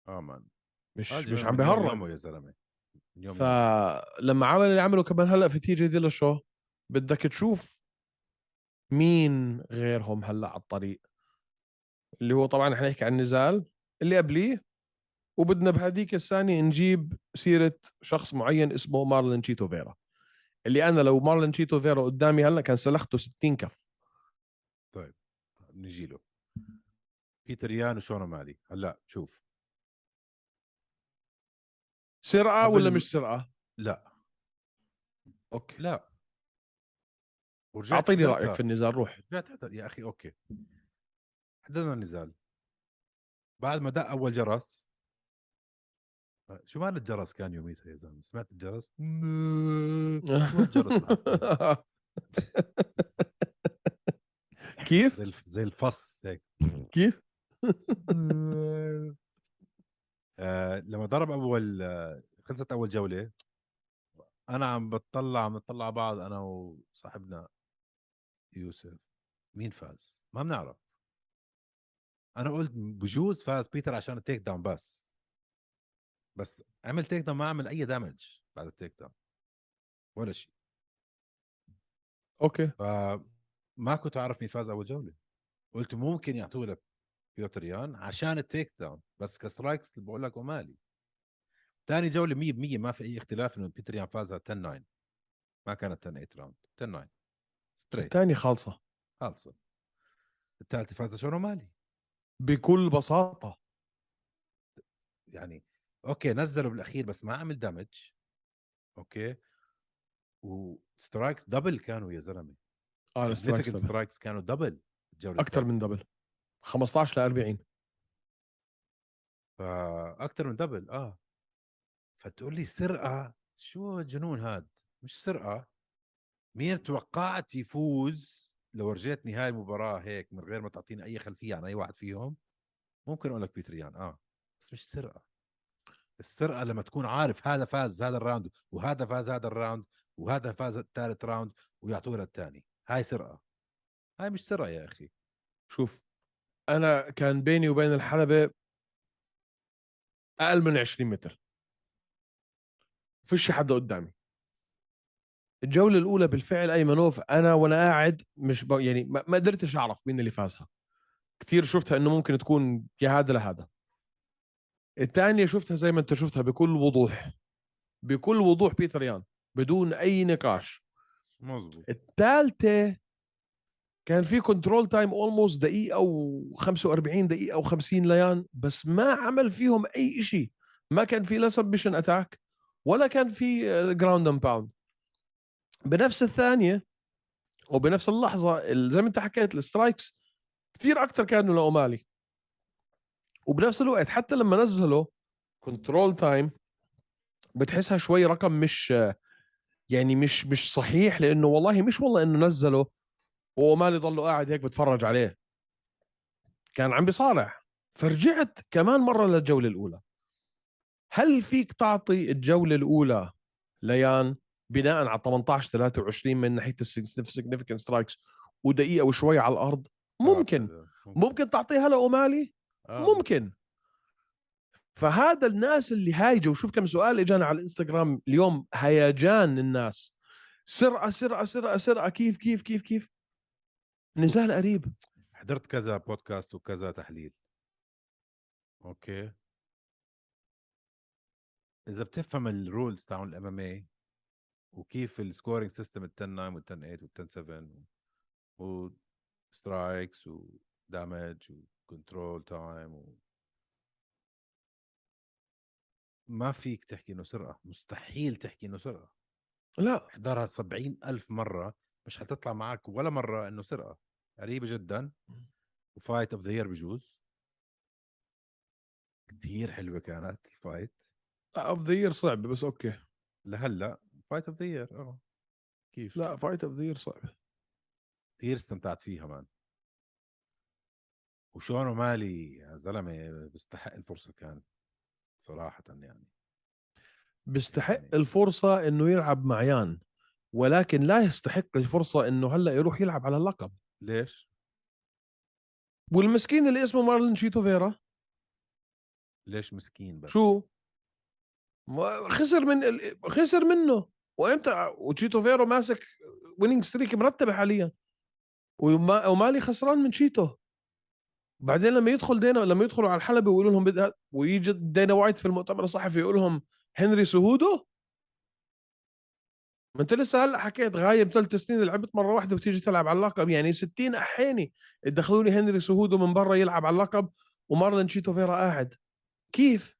اه مان مش آه مش عم من يوم بهرج. يومه يا زلمه، من يوم يومه. فلما عمل اللي عمله كمان هلا في تي جي دي شو، بدك تشوف مين غيرهم هلا على الطريق، اللي هو طبعا احنا نحكي عن النزال اللي قبليه، وبدنا بهديك الثانية نجيب سيرة شخص معين اسمه مارلين تشيتو فيرا، اللي أنا لو مارلين تشيتو فيرا قدامي هلا كان سلخته ستين كف. طيب نجي له بيتر يان وشون مالي. هلا شوف، سرقة ولا قبل مش سرقة؟ لا أوكي، لا ورجعت أعطيني رأيك حضرتها. في النزال، روح. رجعت حضر يا اخي. اوكي حضرنا النزال بعد ما دق اول جرس. شو مال الجرس كان يوميتها يا زلمه؟ سمعت الجرس؟ شو هالجرس العفن؟ كيف؟ زي الف... زي الفص هيك. كيف؟ آه لما ضرب اول آه خلصت اول جوله، انا عم بتطلع عم نطلع بعض انا وصاحبنا يوسف، مين فاز؟ ما بنعرف. انا قلت بجوز فاز بيتر عشان التيك داون بس بس عمل تيك داون، ما عمل اي دامج بعد التيك داون ولا شيء. أوكي، فما كنت اعرف مين فاز اول جوله. قلت ممكن يعطوه لك بيتر يان عشان التيك داون، بس كسترايكس بقول لك ومالي. ثاني جوله مية بالمية ما في اي اختلاف انه بيتر يان فازها عشرة تسعة. ما كانت عشرة ثمانية راوند، عشرة تسعة ستريت الثاني خالصة خالصه. الثالثه فازها شون مالي. بكل بساطة. يعني اوكي نزلوا بالاخير بس ما عمل دامج. اوكي وسترايكس دبل كانوا يا زلمه. اه السترايكس significant دبل، سترايكس كانوا دبل الجوله أكثر من الثالثه. دبل، خمسطعش ل أربعين. فاكثر من دبل اه. فتقول لي سرقه؟ شو الجنون هاد؟ مش سرقه. مين توقعت يفوز لو رجيتني هاي المباراه هيك من غير ما تعطيني اي خلفيه عن اي واحد فيهم؟ ممكن اقول لك بيتريان اه، بس مش سرقه. السرقه لما تكون عارف هذا فاز هذا الراوند وهذا فاز هذا الراوند وهذا فاز الثالث راوند ويعطوه للثاني، هاي سرقه. هاي مش سرقه يا اخي. شوف، أنا كان بيني وبين الحلبة أقل من عشرين متر، فيش حدا قدامي. الجولة الأولى بالفعل أيمنوف أنا وأنا قاعد مش ب... يعني ما ما قدرتش أعرف مين اللي فازها. كثير شفتها إنه ممكن تكون يا هذا لهذا. الثانية شفتها زي ما أنت شفتها بكل وضوح، بكل وضوح بيتر يان بدون أي نقاش. مظبوط. الثالثة كان في كنترول تايم اولموست دقيقة وخمسة وأربعين دقيقة وخمسين ليان، بس ما عمل فيهم أي شيء. ما كان في لا سبشن أتاك ولا كان في جراوند اند باوند. بنفس الثانية وبنفس اللحظة زي ما انت حكيت السترايكس كثير اكثر كانوا لأومالي. وبنفس الوقت حتى لما نزلوا كنترول تايم بتحسها شوي رقم مش يعني مش مش صحيح، لانه والله مش والله انه نزله واومالي ضله قاعد هيك بتفرج عليه، كان عم بيصارع. فرجعت كمان مرة للجولة الأولى. هل فيك تعطي الجولة الأولى ليان بناء على ثمانية عشر ثلاثة وعشرين من ناحية السيجنيفيكانت سترايكس ودقيقة وشوي على الأرض؟ ممكن. آه ممكن, ممكن تعطيها لأومالي، آه ممكن. فهذا الناس اللي هايجوا، وشوف كم سؤال اجانا على الانستغرام اليوم، هيجان الناس، سرقة سرقة سرقة سرقة، كيف كيف كيف كيف نزال قريب. حضرت كذا بودكاست وكذا تحليل. اوكي اذا بتفهم الرولز تاعون الام ام اي وكيف السكورينج سيستم ال عشرة تسعة وال عشرة ثمانية وال عشرة سبعة وسترايكس ودامج وكنترول تايم و... ما فيك تحكي انه سرقه. مستحيل تحكي انه سرقه. لا احضرها سبعين ألف مرة مش حتطلع معك ولا مرة انه سرقة. قريبة جدا. وفايت اوف ذا يير بجوز. كثير حلوة كانت الفايت. اوف ذا يير صعب بس اوكي. لهلا فايت اوف ذا يير اه كيف. لا فايت اوف ذا يير صعب. كثير استمتعت فيها مان. وشون مالي يا زلمة بيستحق الفرصة كان صراحة يعني. بيستحق يعني الفرصة انه يلعب مع يان، ولكن لا يستحق الفرصة انه هلا يروح يلعب على اللقب. ليش؟ والمسكين اللي اسمه مارلين شيتو فيرا ليش مسكين بس؟ شو ما خسر من ال- خسر منه وامتى؟ وتشيتو فيرو ماسك ويننج ستريك مرتبه حاليا وما ومالي خسران من تشيتو. بعدين لما يدخل دينا لما يدخلوا على الحلبة ويقولوا لهم بدها ويجي دينا وايت في المؤتمر الصحفي يقول لهم هنري سهودو. ما انت لسه هلا حكيت غايب ثلاث سنين لعبت مره واحده وتيجي تلعب على اللقب، يعني ستين احياني تدخلوا لي هنري سهودو من برا يلعب على اللقب ومارلين تشيتو فيرا قاعد كيف؟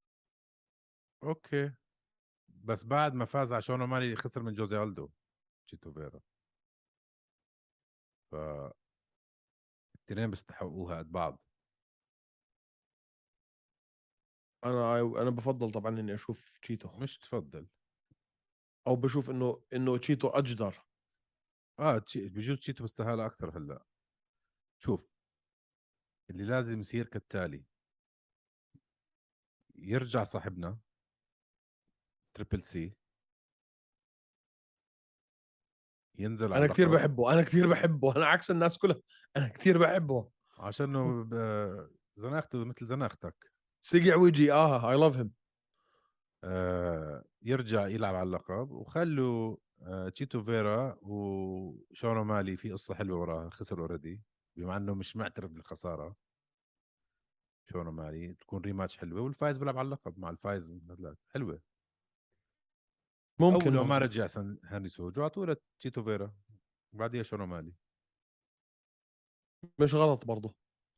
اوكي بس بعد ما فاز على شون مالي خسر من جوزي ألدو تشيتو فيرا، ف الاثنين بيستحقوها قد بعض. انا انا بفضل طبعا اني اشوف تشيتو، مش تفضل او بشوف انه انه تشيتو اجدر. اه تشي... بجوز تشيتو بيستاهلها اكثر. هلا شوف اللي لازم يصير كالتالي: يرجع صاحبنا تريبل سي ينزل على انا كثير اللقب، بحبه انا كثير بحبه انا عكس الناس كلها، انا كثير بحبه. عشانه ب- زناخته مثل زناختك. سقع وجهي اه اي لاف هيم. آه يرجع يلعب على اللقب وخلوا آه تشيتو فيرا وشونو مالي في قصة حلوة وراها. خسر اوريدي بما انه مش معترف بالخسارة. شونو مالي تكون ريماتش حلوة والفايز بيلعب على اللقب مع الفايز من هذلاك حلوة. او ممكن لو ما برضه رجع سن هنري سوجو اعطوه لتشيتو فيرا بعديها شونو مالي. مش غلط برضه.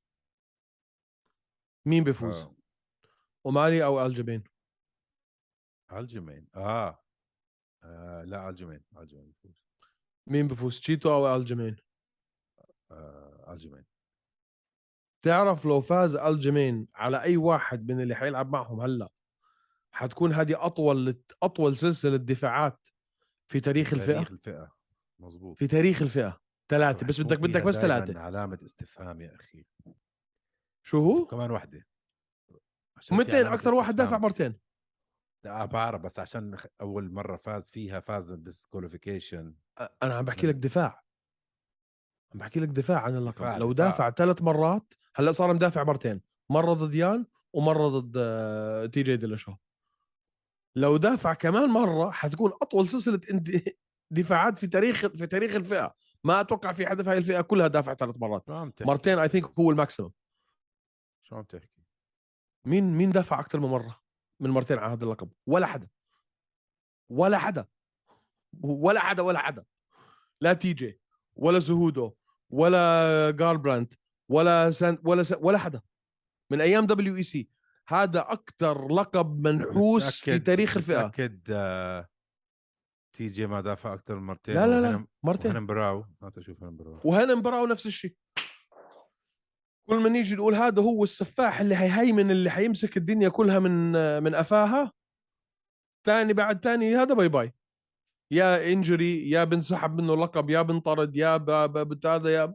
مين ف بيفوز؟ اومالي او الجبين؟ الجيمين آه. اه لا الجيمين الجيمين بيفوز. مين بيفوز تشيتو او الجبين؟ آه الجيمين. تعرف لو فاز الجيمين على اي واحد من اللي حيلعب معهم هلا حتكون هذه اطول اطول سلسله دفاعات في تاريخ الفئه. تاريخ الفئة مظبوط. في تاريخ الفئه بس ثلاثه رح بس يكون بدك بدك فيها بس ثلاثه. دائما علامة استفهام يا اخي. شو بده هو؟ كمان واحدة عشان في ومتين علامة اكثر واحد دافع استفهام. مرتين. لا بعرف بس عشان خ- اول مرة فاز فيها فاز ديسكواليفيكيشن. أ- انا عم بحكي من لك دفاع عم بحكي لك دفاع عن اللقب. دفاع لو دفاع دافع ثلاث مرات هلا صار مدافع مرتين، مره ضد يان ومره ضد آه، تي جي ديلاشو. لو دافع كمان مره حتكون اطول سلسله اند- دفاعات في تاريخ في تاريخ الفئه. ما اتوقع في حدا في هاي الفئه كلها دافع ثلاث مرات. شو عم تحكي؟ مرتين اي ثينك هو الماكسيمم. شو عم تحكي؟ مين مين دافع اكثر من مره من مرتين على هذا اللقب؟ ولا حدا ولا حدا ولا حدا ولا حدا. لا تي جي ولا زهودو ولا جاربرانت ولا سان ولا سان ولا حدا من ايام دبليو اي سي. هذا اكثر لقب منحوس في متأكد تاريخ الفئه. متأكد آه، تي جي ما دافع اكثر من مرتين لا لا لا وهنا مرتين. وهنا براو ما تشوف هنا براو. وهنا مباراة نفس الشيء. كل ما نيجي نقول هذا هو السفاح اللي هيهيمن اللي حيمسك الدنيا كلها من من قفاها، ثاني بعد ثاني هذا باي باي. يا انجري يا بنسحب منه لقب يا بنطرد يا ب- ب- هذا يا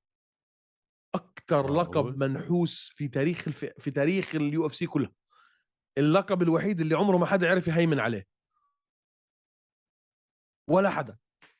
اكثر لقب معقول؟ منحوس في تاريخ الف... في تاريخ اليو اف سي كلها. اللقب الوحيد اللي عمره ما حدا عرف يهيمن عليه ولا حدا.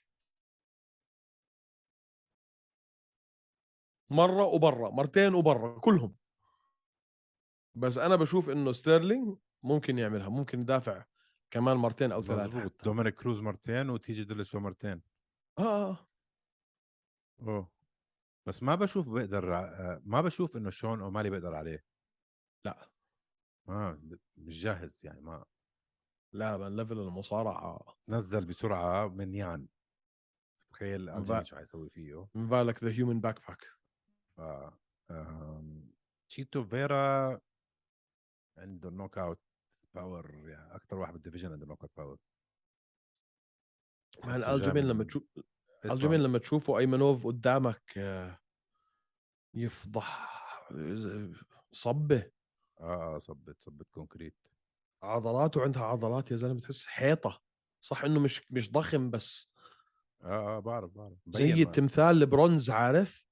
مره وبره مرتين وبره كلهم. بس انا بشوف انه ستيرلينج ممكن يعملها، ممكن يدافع كمان مرتين او ثلاثه مظبوط. حتى. دومينيك كروز مرتين وتيجي ديلشو مرتين. اه آه. اوه بس ما بشوف بقدر آه، ما بشوف انه شون اومالي بيقدر عليه. لا ما مش جاهز يعني. ما لا من ليفل المصارعه. نزل بسرعة من يان. تخيل الجيمي شو حيسوي فيه. من بالك ذا هيومن باك باك. ف آم، تشيتو فيرا عنده نوك اوت باور، يعني اكثر واحد بالديفيجن عنده نوك اوت باور. مان بحسه جاي الجبين لما من تشوف اسمع. الجبين لما تشوفه ايمنوف قدامك آه، يفضح صبه. اه اه صبت صبت كونكريت. عضلاته عندها عضلات يا زلمه تحس حيطه. صح انه مش مش ضخم بس اه اه بعرف بعرف مبين زي ما التمثال البرونز عارف.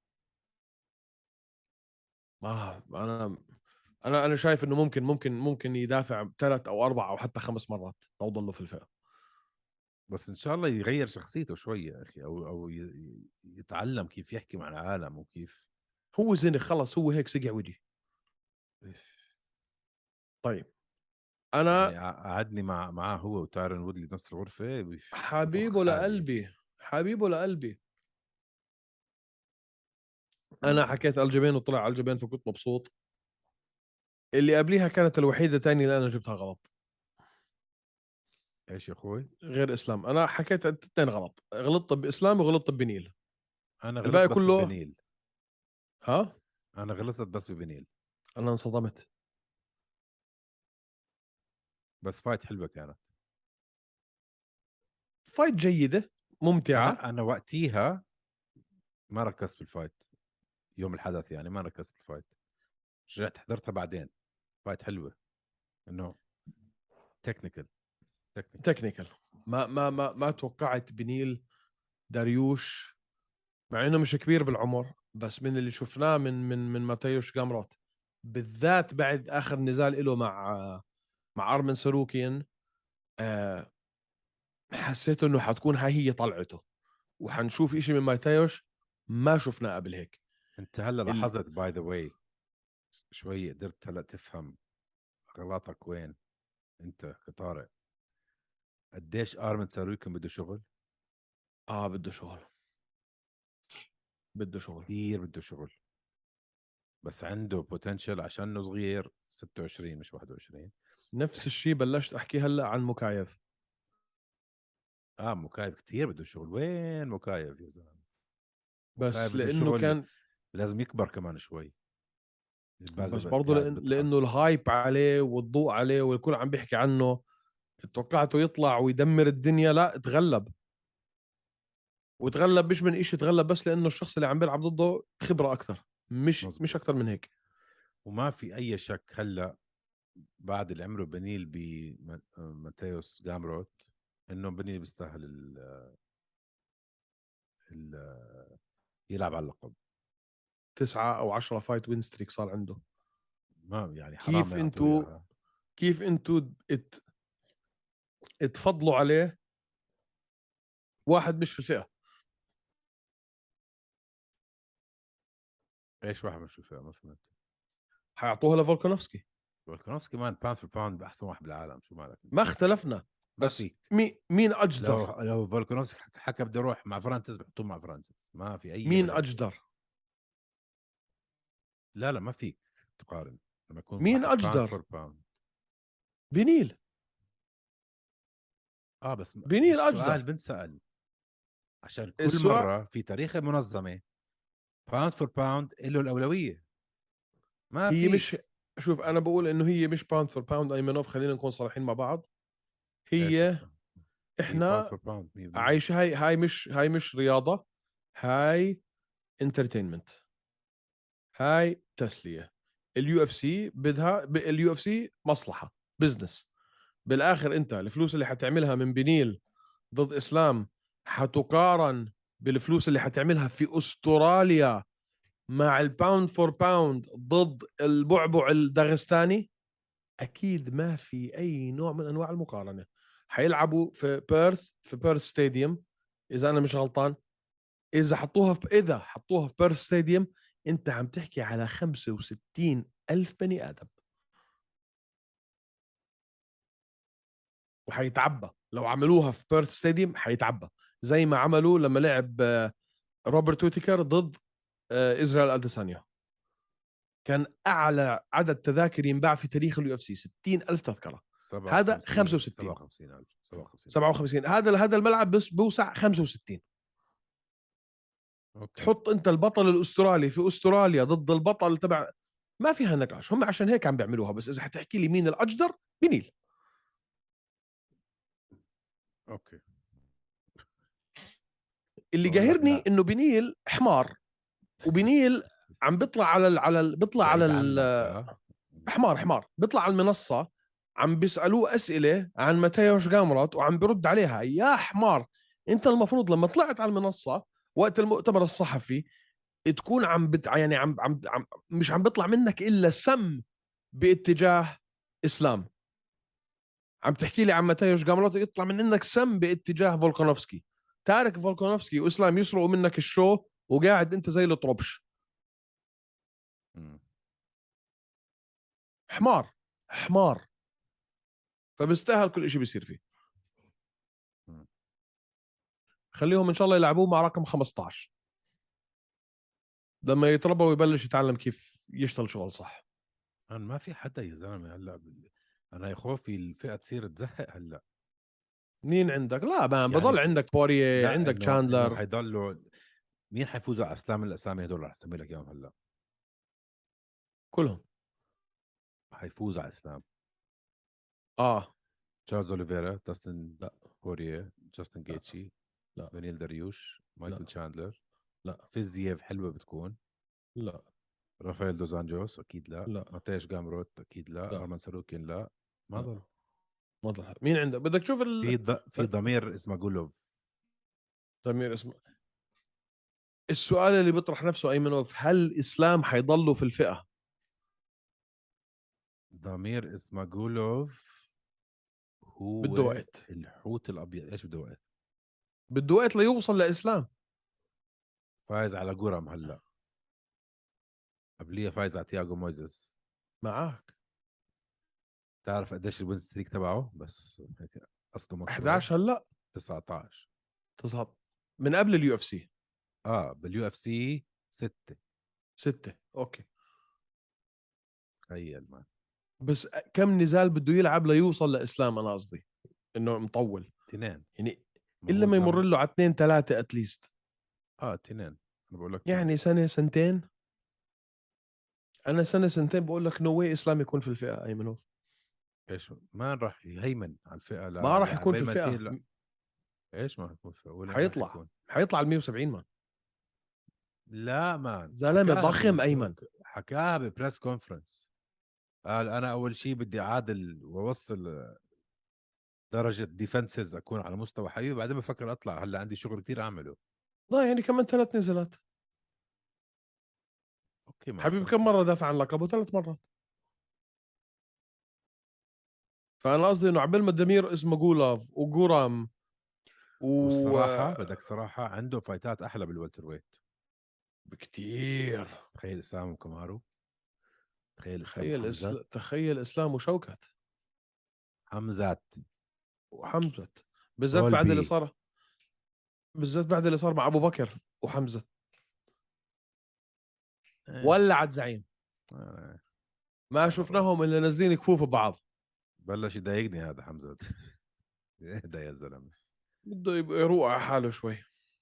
آه انا انا انا شايف انه ممكن ممكن ممكن يدافع ثلاث او اربع او حتى خمس مرات لو ضلوا في الفئه. بس ان شاء الله يغير شخصيته شوي يا اخي، او او ي- ي- يتعلم كيف يحكي مع العالم وكيف. هو زنخ خلص هو هيك سقع وجهي. طيب انا يعني قعدني مع معاه هو وتايرن وودلي بنفس الغرفه بيف- حبيبه بفخ حالي. لقلبي حبيبه لقلبي انا حكيت الجبين وطلع الجبين فكنت مبسوط. اللي قبليها كانت الوحيده تاني اللي انا جبتها غلط ايش يا اخوي؟ غير اسلام. انا حكيت اثنين غلط، غلطت باسلام وغلطت ببنيل. انا غلطت الباقي بس كله ببنيل. ها. انا غلطت بس ببنيل. انا انصدمت. بس فايت حلوه كانت. فايت جيده ممتعه. انا انا وقتيها ما ركزت بالفايت. يوم الحدث يعني ما ركزت بالفايت. رجعت حضرتها بعدين. فايت حلوه انه تكنيكال تكنيكال. تكنيكال. ما ما ما ما توقعت بنيل داريوش، مع انه مش كبير بالعمر، بس من اللي شفناه من من من ماتيوش جامرات بالذات بعد اخر نزال له مع مع ارمن ساروكيان. أه حسيت انه حتكون هاي هي طلعته، وحنشوف إشي من ماتيوش ما شفناه قبل هيك. انت هلا ال... لاحظت باي ذا واي شوي قدرت هلا تفهم غلطك وين انت كطارق قديش ارمن ساروكن بده شغل. اه بده شغل، بده شغل. كثير بده شغل. بس عنده بوتنشل عشانه صغير ستة وعشرين مش واحد وعشرين. نفس الشيء بلشت احكي هلا عن مكايف. اه مكايف كثير بده شغل. وين مكايف يا زلمه؟ مكايف بس بده لانه شغل. كان لازم يكبر كمان شوي. بس البازل برضه قاعد لأن... بيطحن. لانه الهايب عليه والضوء عليه والكل عم بيحكي عنه، توقعته يطلع ويدمر الدنيا. لا تغلب، وتغلب مش من إشي، تغلب بس لانه الشخص اللي عم بيلعب ضده خبرة اكثر، مش مش مزبوط. اكثر من هيك. وما في اي شك هلا بعد اللي عمره بنيل بماتيوس جامروت انه بنيل بيستاهل ال ال يلعب على اللقب. تسعة او عشرة فايت وين ستريك صار عنده. ما يعني حرام كيف ما يعطوه انتو اياها. كيف انتو ات... اتفضلوا عليه واحد مش في الفئة؟ ايش واحد مش فاهم ما فهمت. حيعطوها لفولكانوفسكي. فولكانوفسكي مان باوند فور باوند احسن واحد بالعالم. شو مالك انت؟ ما اختلفنا، ما بس فيك. مي... مين اجدر؟ لو لو فولكانوفسكي حكى بدي اروح مع فرانسيس بحطوه مع فرانسيس. ما في اي مين مجال. اجدر؟ لا لا ما فيك تقارن لما يكون مين واحد باوند اجدر؟ فور باوند. بنيل. اه بس م- بنيل مش سؤال اجدر. بنسأل. عشان كل السؤال مرة في تاريخ المنظمة باوند فور باوند له الأولوية. ما هي فيك. مش، شوف انا بقول انه هي مش باوند فور باوند ايمنوف، خلينا نكون صريحين مع بعض. ايش مش هي فاهم. هي باوند احنا فور باوند مية بالمية. عايش، هاي هاي مش هاي مش رياضة، هاي انترتينمنت، هاي تسلية. اليو اف سي بدها، اليو اف سي مصلحة، بزنس. بالاخر انت الفلوس اللي حتعملها من بنيل ضد اسلام حتقارن بالفلوس اللي حتعملها في استراليا مع الباوند فور باوند ضد البعبع الداغستاني؟ اكيد ما في اي نوع من انواع المقارنه. حيلعبوا في بيرث، في بيرث ستاديوم اذا انا مش غلطان. اذا حطوها في اذا حطوها في بيرث ستاديوم انت عم تحكي على خمسة وستين الف بني ادم، وحيتعبى. لو عملوها في بيرث ستاديوم حيتعبى زي ما عملوا لما لعب آه، روبرت ويتيكر ضد آه، إسرائيل أديسانيا. كان أعلى عدد تذاكر ينباع في تاريخ اليو اف سي، ستين ألف تذكرة. هذا سبعة وخمسين خمسة وستين، سبعة وخمسين ألف سبعة وخمسين ألف. سبعة وخمسين. هذا هذا الملعب بس بوسع خمسة وستين. اوكي. تحط انت البطل الاسترالي في استراليا ضد البطل تبع، ما فيها نقاش. هم عشان هيك عم بيعملوها. بس اذا حتحكي لي مين الاجدر، بنيل. اوكي. اللي بقول لك قاهرني لا. انه بنيل حمار، وبنيل عم بيطلع على ال على ال بيطلع على بعيد ال عنك اه. حمار حمار بيطلع على المنصة، عم بيسألوه أسئلة عن ماتيوش جامرات وعم برد عليها. يا حمار، انت المفروض لما طلعت على المنصة وقت المؤتمر الصحفي تكون عم بت... يعني عم... عم... عم مش عم بيطلع منك الا سم باتجاه اسلام. عم تحكي لي عن ماتيوش جامرات يطلع من عندك سم باتجاه فولكانوفسكي. تارك فولكانوفسكي واسلام يسرقوا منك الشو وقاعد انت زي الطربش. مم. حمار. حمار، فبيستاهل كل شيء بيصير فيه. م. خليهم ان شاء الله يلعبوه مع رقم خمسة عشر لما يتربى ويبلش يتعلم كيف يشتغل شغل صح. أنا ما في حدا يا زلمه هلا بال... انا يخوفي الفئه تصير تزهق هلا. مين عندك؟ لا ما يعني بضل ت... عندك بوريه، لا عندك انه انه تشاندلر. حيضلوا. مين حيفوز على اسلام الاسامي هدول رح اسمي لك اياهم هلا. كلهم. حيفوز على اسلام. اه تشارلز اوليفيرا، داستن لا بوريه، جاستن لا جيتشي، لا دانييل داريوش، لا مايكل تشاندلر. لا فيزييف حلوه بتكون. لا رافائيل دوزانجوس اكيد لا. لا ماتيش جامروت اكيد لا. لا ارمان ساروكين لا. ما لا ضل. ما ضل. مين عندك بدك تشوف ال... في ض... في ضمير اسمه جولوف. ضمير اسمه. السؤال اللي بيطرح نفسه ايمنوف، هل اسلام حيضلوا في الفئه؟ ضمير اسمه جولوف. هو بده وقت، الحوت الابيض. ايش بده وقت؟ بده وقت ليوصل لاسلام. فايز على جورام هلا. قبليه فايز على تياغو مويزس. معك. تعرف قديش الوين ستريك تبعه؟ بس هيك اصدمك احد شوي. عشر هلا. تسعة عشر. تصاب من قبل اليو اف سي. اه باليو اف سي ستة. ستة اوكي. تخيل مان. بس كم نزال بده يلعب ليوصل لاسلام؟ انا قصدي انه مطول تنين. يعني، ما الا هو ما يمر ضم... له على اثنين ثلاثه اتليست. اه تنين. انا بقول لك تنين. يعني سنه سنتين. انا سنه سنتين بقول لك نو واي اسلام يكون في الفئه ايمنوف. ايش ما راح يهيمن على الفئه ما لا راح يكون في عبال ما يصير الفئه. لا. ايش ما يكون في وين وين راح حيطلع يكون؟ حيطلع ال مية وسبعين مان. لا مان زلمه حكاها ضخم ب... ايمن. حكاها ببريس كونفرنس. قال انا اول شيء بدي اعادل واوصل درجه ديفنسز اكون على مستوى حبيبي، بعدين بفكر اطلع. هلا عندي شغل كتير اعمله. لا يعني كمان ثلاث نزلات. اوكي مان حبيبي ثلاث كم مره نزل. دافع عن لقبه؟ ثلاث مرات. فانا قصدي انه عبال ما دمير اسمه جولوف وجورام و والصراحه بدك صراحه عنده فايتات احلى بالوالتر ويت. بكتير. تخيل اسلام وكمارو. تخيل اسلام تخيل وحمزه. إسل... تخيل اسلام وشوكت حمزات. وحمزه، بالذات بعد اللي كولبي. صار، بالذات بعد اللي صار مع ابو بكر وحمزه. ايه. ولعت زعيم. آه. ما على راسي. شفناهم الا نازلين كفوف ببعض. بلش يضايقني هذا حمزه. اهدى يا زلمه. بده يبقى يروق على حاله شوي.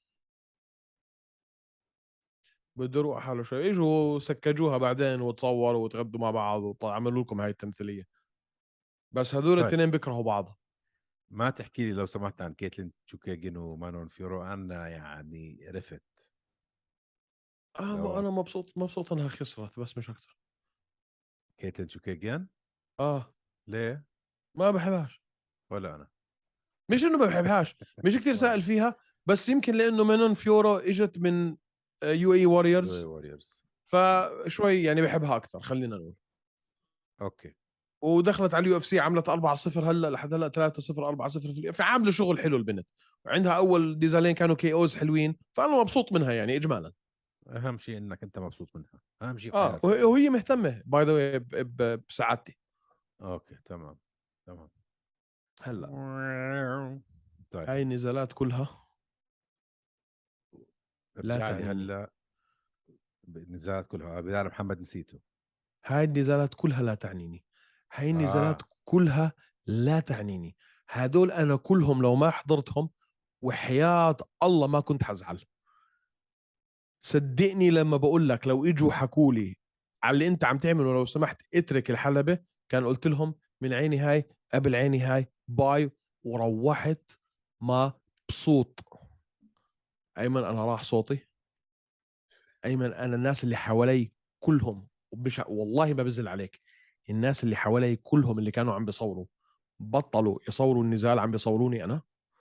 بده يروق على حاله شوي. اجوا سكجوها بعدين وتصوروا وتغدوا مع بعض وعملوا لكم هاي التمثيليه. بس هذول طيب الاثنين بيكرهوا بعض. ما تحكي لي لو سمحت عن كيتلين تشوكيجن ومانون فيورو. انا يعني رفت. آه لو انا مبسوط مبسوط انها خسرت بس مش اكثر. كيتلين تشوكيجن. اه ليه؟ ما بحبهاش. ولا انا. مش انه ما بحبهاش، مش كتير ولا سائل أنا. فيها. بس يمكن لانه مانون فيورو اجت من يو اي يو اي واريورز، واريورز. فشوي يعني بحبها اكثر خلينا نقول. اوكي. ودخلت على اليو اف سي عملت أربعة صفر هلا لحد هلا ثلاثة صفر أربعة صفر في فعامله شغل حلو البنت. وعندها اول ديزالين كانوا كي اوز حلوين، فانا مبسوط منها يعني اجمالا. اهم شيء انك انت مبسوط منها. اهم شيء اه بحياتك وهي هاي. وهي مهتمه باي ذا واي بسعادتي. اوكي تمام. تمام. هلا طيب هاي النزالات كلها لا ارجع لي تعنيني. هلا. بالنزالات كلها بيعرف محمد نسيته. هاي النزالات كلها لا تعنيني. هاي النزالات اه كلها لا تعنيني. هدول انا كلهم لو ما حضرتهم وحياة الله ما كنت حزعل. صدقني لما بقول لك لو اجوا حكوا لي على اللي انت عم تعمله لو سمحت اترك الحلبة، كان قلت لهم من عيني هاي قبل عيني هاي باي، وروحت مبسوط. ايمن انا راح صوتي. ايمن انا الناس اللي حوالي كلهم وبش والله ما بزل عليك، الناس اللي حوالي كلهم اللي كانوا عم بيصوروا بطلوا يصوروا النزال، عم بيصوروني انا.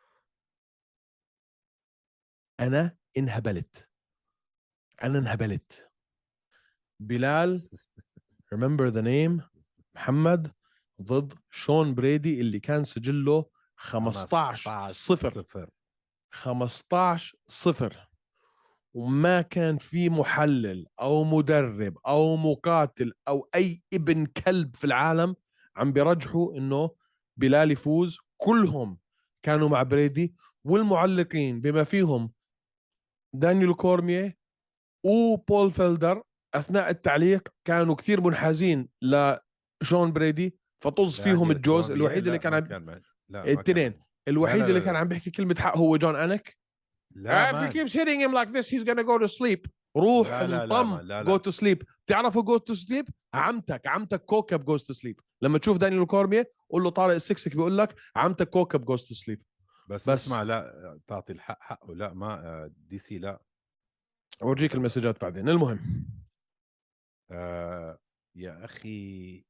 انا انهبلت. انا انهبلت. بلال remember the name محمد ضد شون بريدي اللي كان سجله خمستعش صفر. صفر. خمستعش صفر. وما كان في محلل او مدرب او مقاتل او اي ابن كلب في العالم عم بيرجحوا انه بلال يفوز. كلهم كانوا مع بريدي، والمعلقين بما فيهم دانيال كورميه وبول فيلدر اثناء التعليق كانوا كثير منحازين لجون بريدي، فطز فيهم دانيال الجوز. كورميه الوحيد اللي لا كان ما عم كان معي. لا ما كان التنين معي. الوحيد لا لا اللي لا كان لا. عم بيحكي كلمه حق هو جون انك. لا if he مان. keeps hitting him like this he's gonna go to sleep. روح لا لا لا انطم مان. لا go لا to sleep. بتعرفوا go to sleep؟ عمتك عمتك كوكب goes to sleep. لما تشوف دانيال كورميه قول له طارق السكسك بيقول لك عمتك كوكب goes to sleep. بس, بس اسمع لا تعطي الحق حقه. لا ما دي سي لا. اورجيك المسجات بعدين. المهم آه يا اخي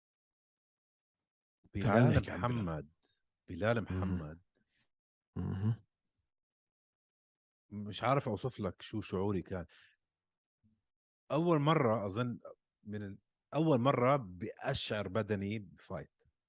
تعال بلال نحكي عن بلال. محمد. بلال محمد مهم. مش عارف اوصف لك شو شعوري كان اول مره. اظن من ال... اول مره بأشعر بدني بفايت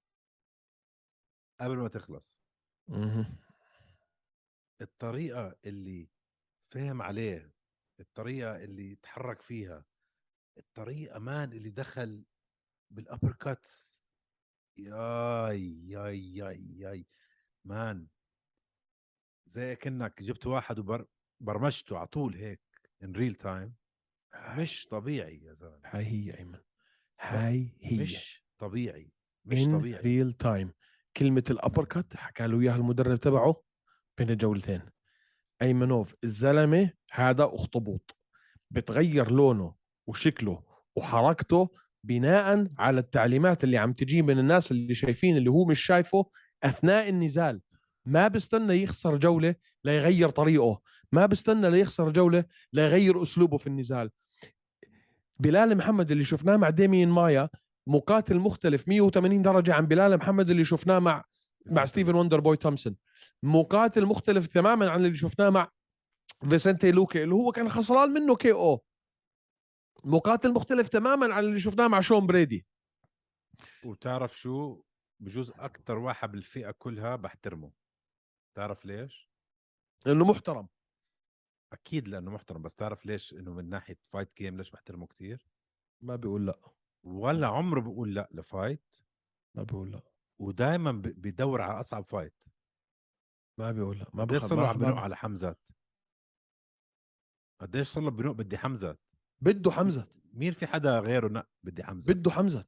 قبل ما تخلص. مهم. الطريقه اللي فهم عليه، الطريقه اللي تحرك فيها، الطريقه مان اللي دخل بالابر كاتس. ياي ياي ياي ياي مان، زي كأنك جبت واحد وبرمجته على طول هيك ان ريل تايم. مش طبيعي يا زلمه. هاي هي ايمن، هاي هي مش طبيعي. مش in طبيعي. real time. كلمة الأبر كات حكى له إياها المدرب تبعه بين الجولتين. أيمنوف الزلمة هذا أخطبوط، بتغير لونه وشكله وحركته بناء على التعليمات اللي عم تجي من الناس اللي شايفين اللي هو مش شايفه أثناء النزال. ما بستنى يخسر جولة ليغير طريقه، ما بستنى ليخسر جولة ليغير أسلوبه في النزال. بلال محمد اللي شفناه مع ديمين مايا مقاتل مختلف مية وثمانين درجة عن بلال محمد اللي شفناه مع مع ستيفن وندر بوي تومسون. مقاتل مختلف تماما عن اللي شفناه مع فيسنتي لوكي اللي هو كان خسران منه كي او. مقاتل مختلف تماما عن اللي شفناه مع شون بريدي. وتعرف شو؟ بجوز اكثر واحد بالفئه كلها بحترمه. تعرف ليش؟ انه محترم. اكيد لانه محترم، بس تعرف ليش؟ انه من ناحيه فايت جيم ليش بحترمه كتير؟ ما بيقول لا. ولا عمره بقول لا لفايت. ما بيقول لا. ودائما بيدور على اصعب فايت. ما بيقول لا. ما قديش بخ... صار له ما, عم ما بنق على حمزه؟ قديش صار له بنق بدي حمزه؟ بده حمزة. مين في حدا غيره نق بدي حمزه؟ بده حمزة.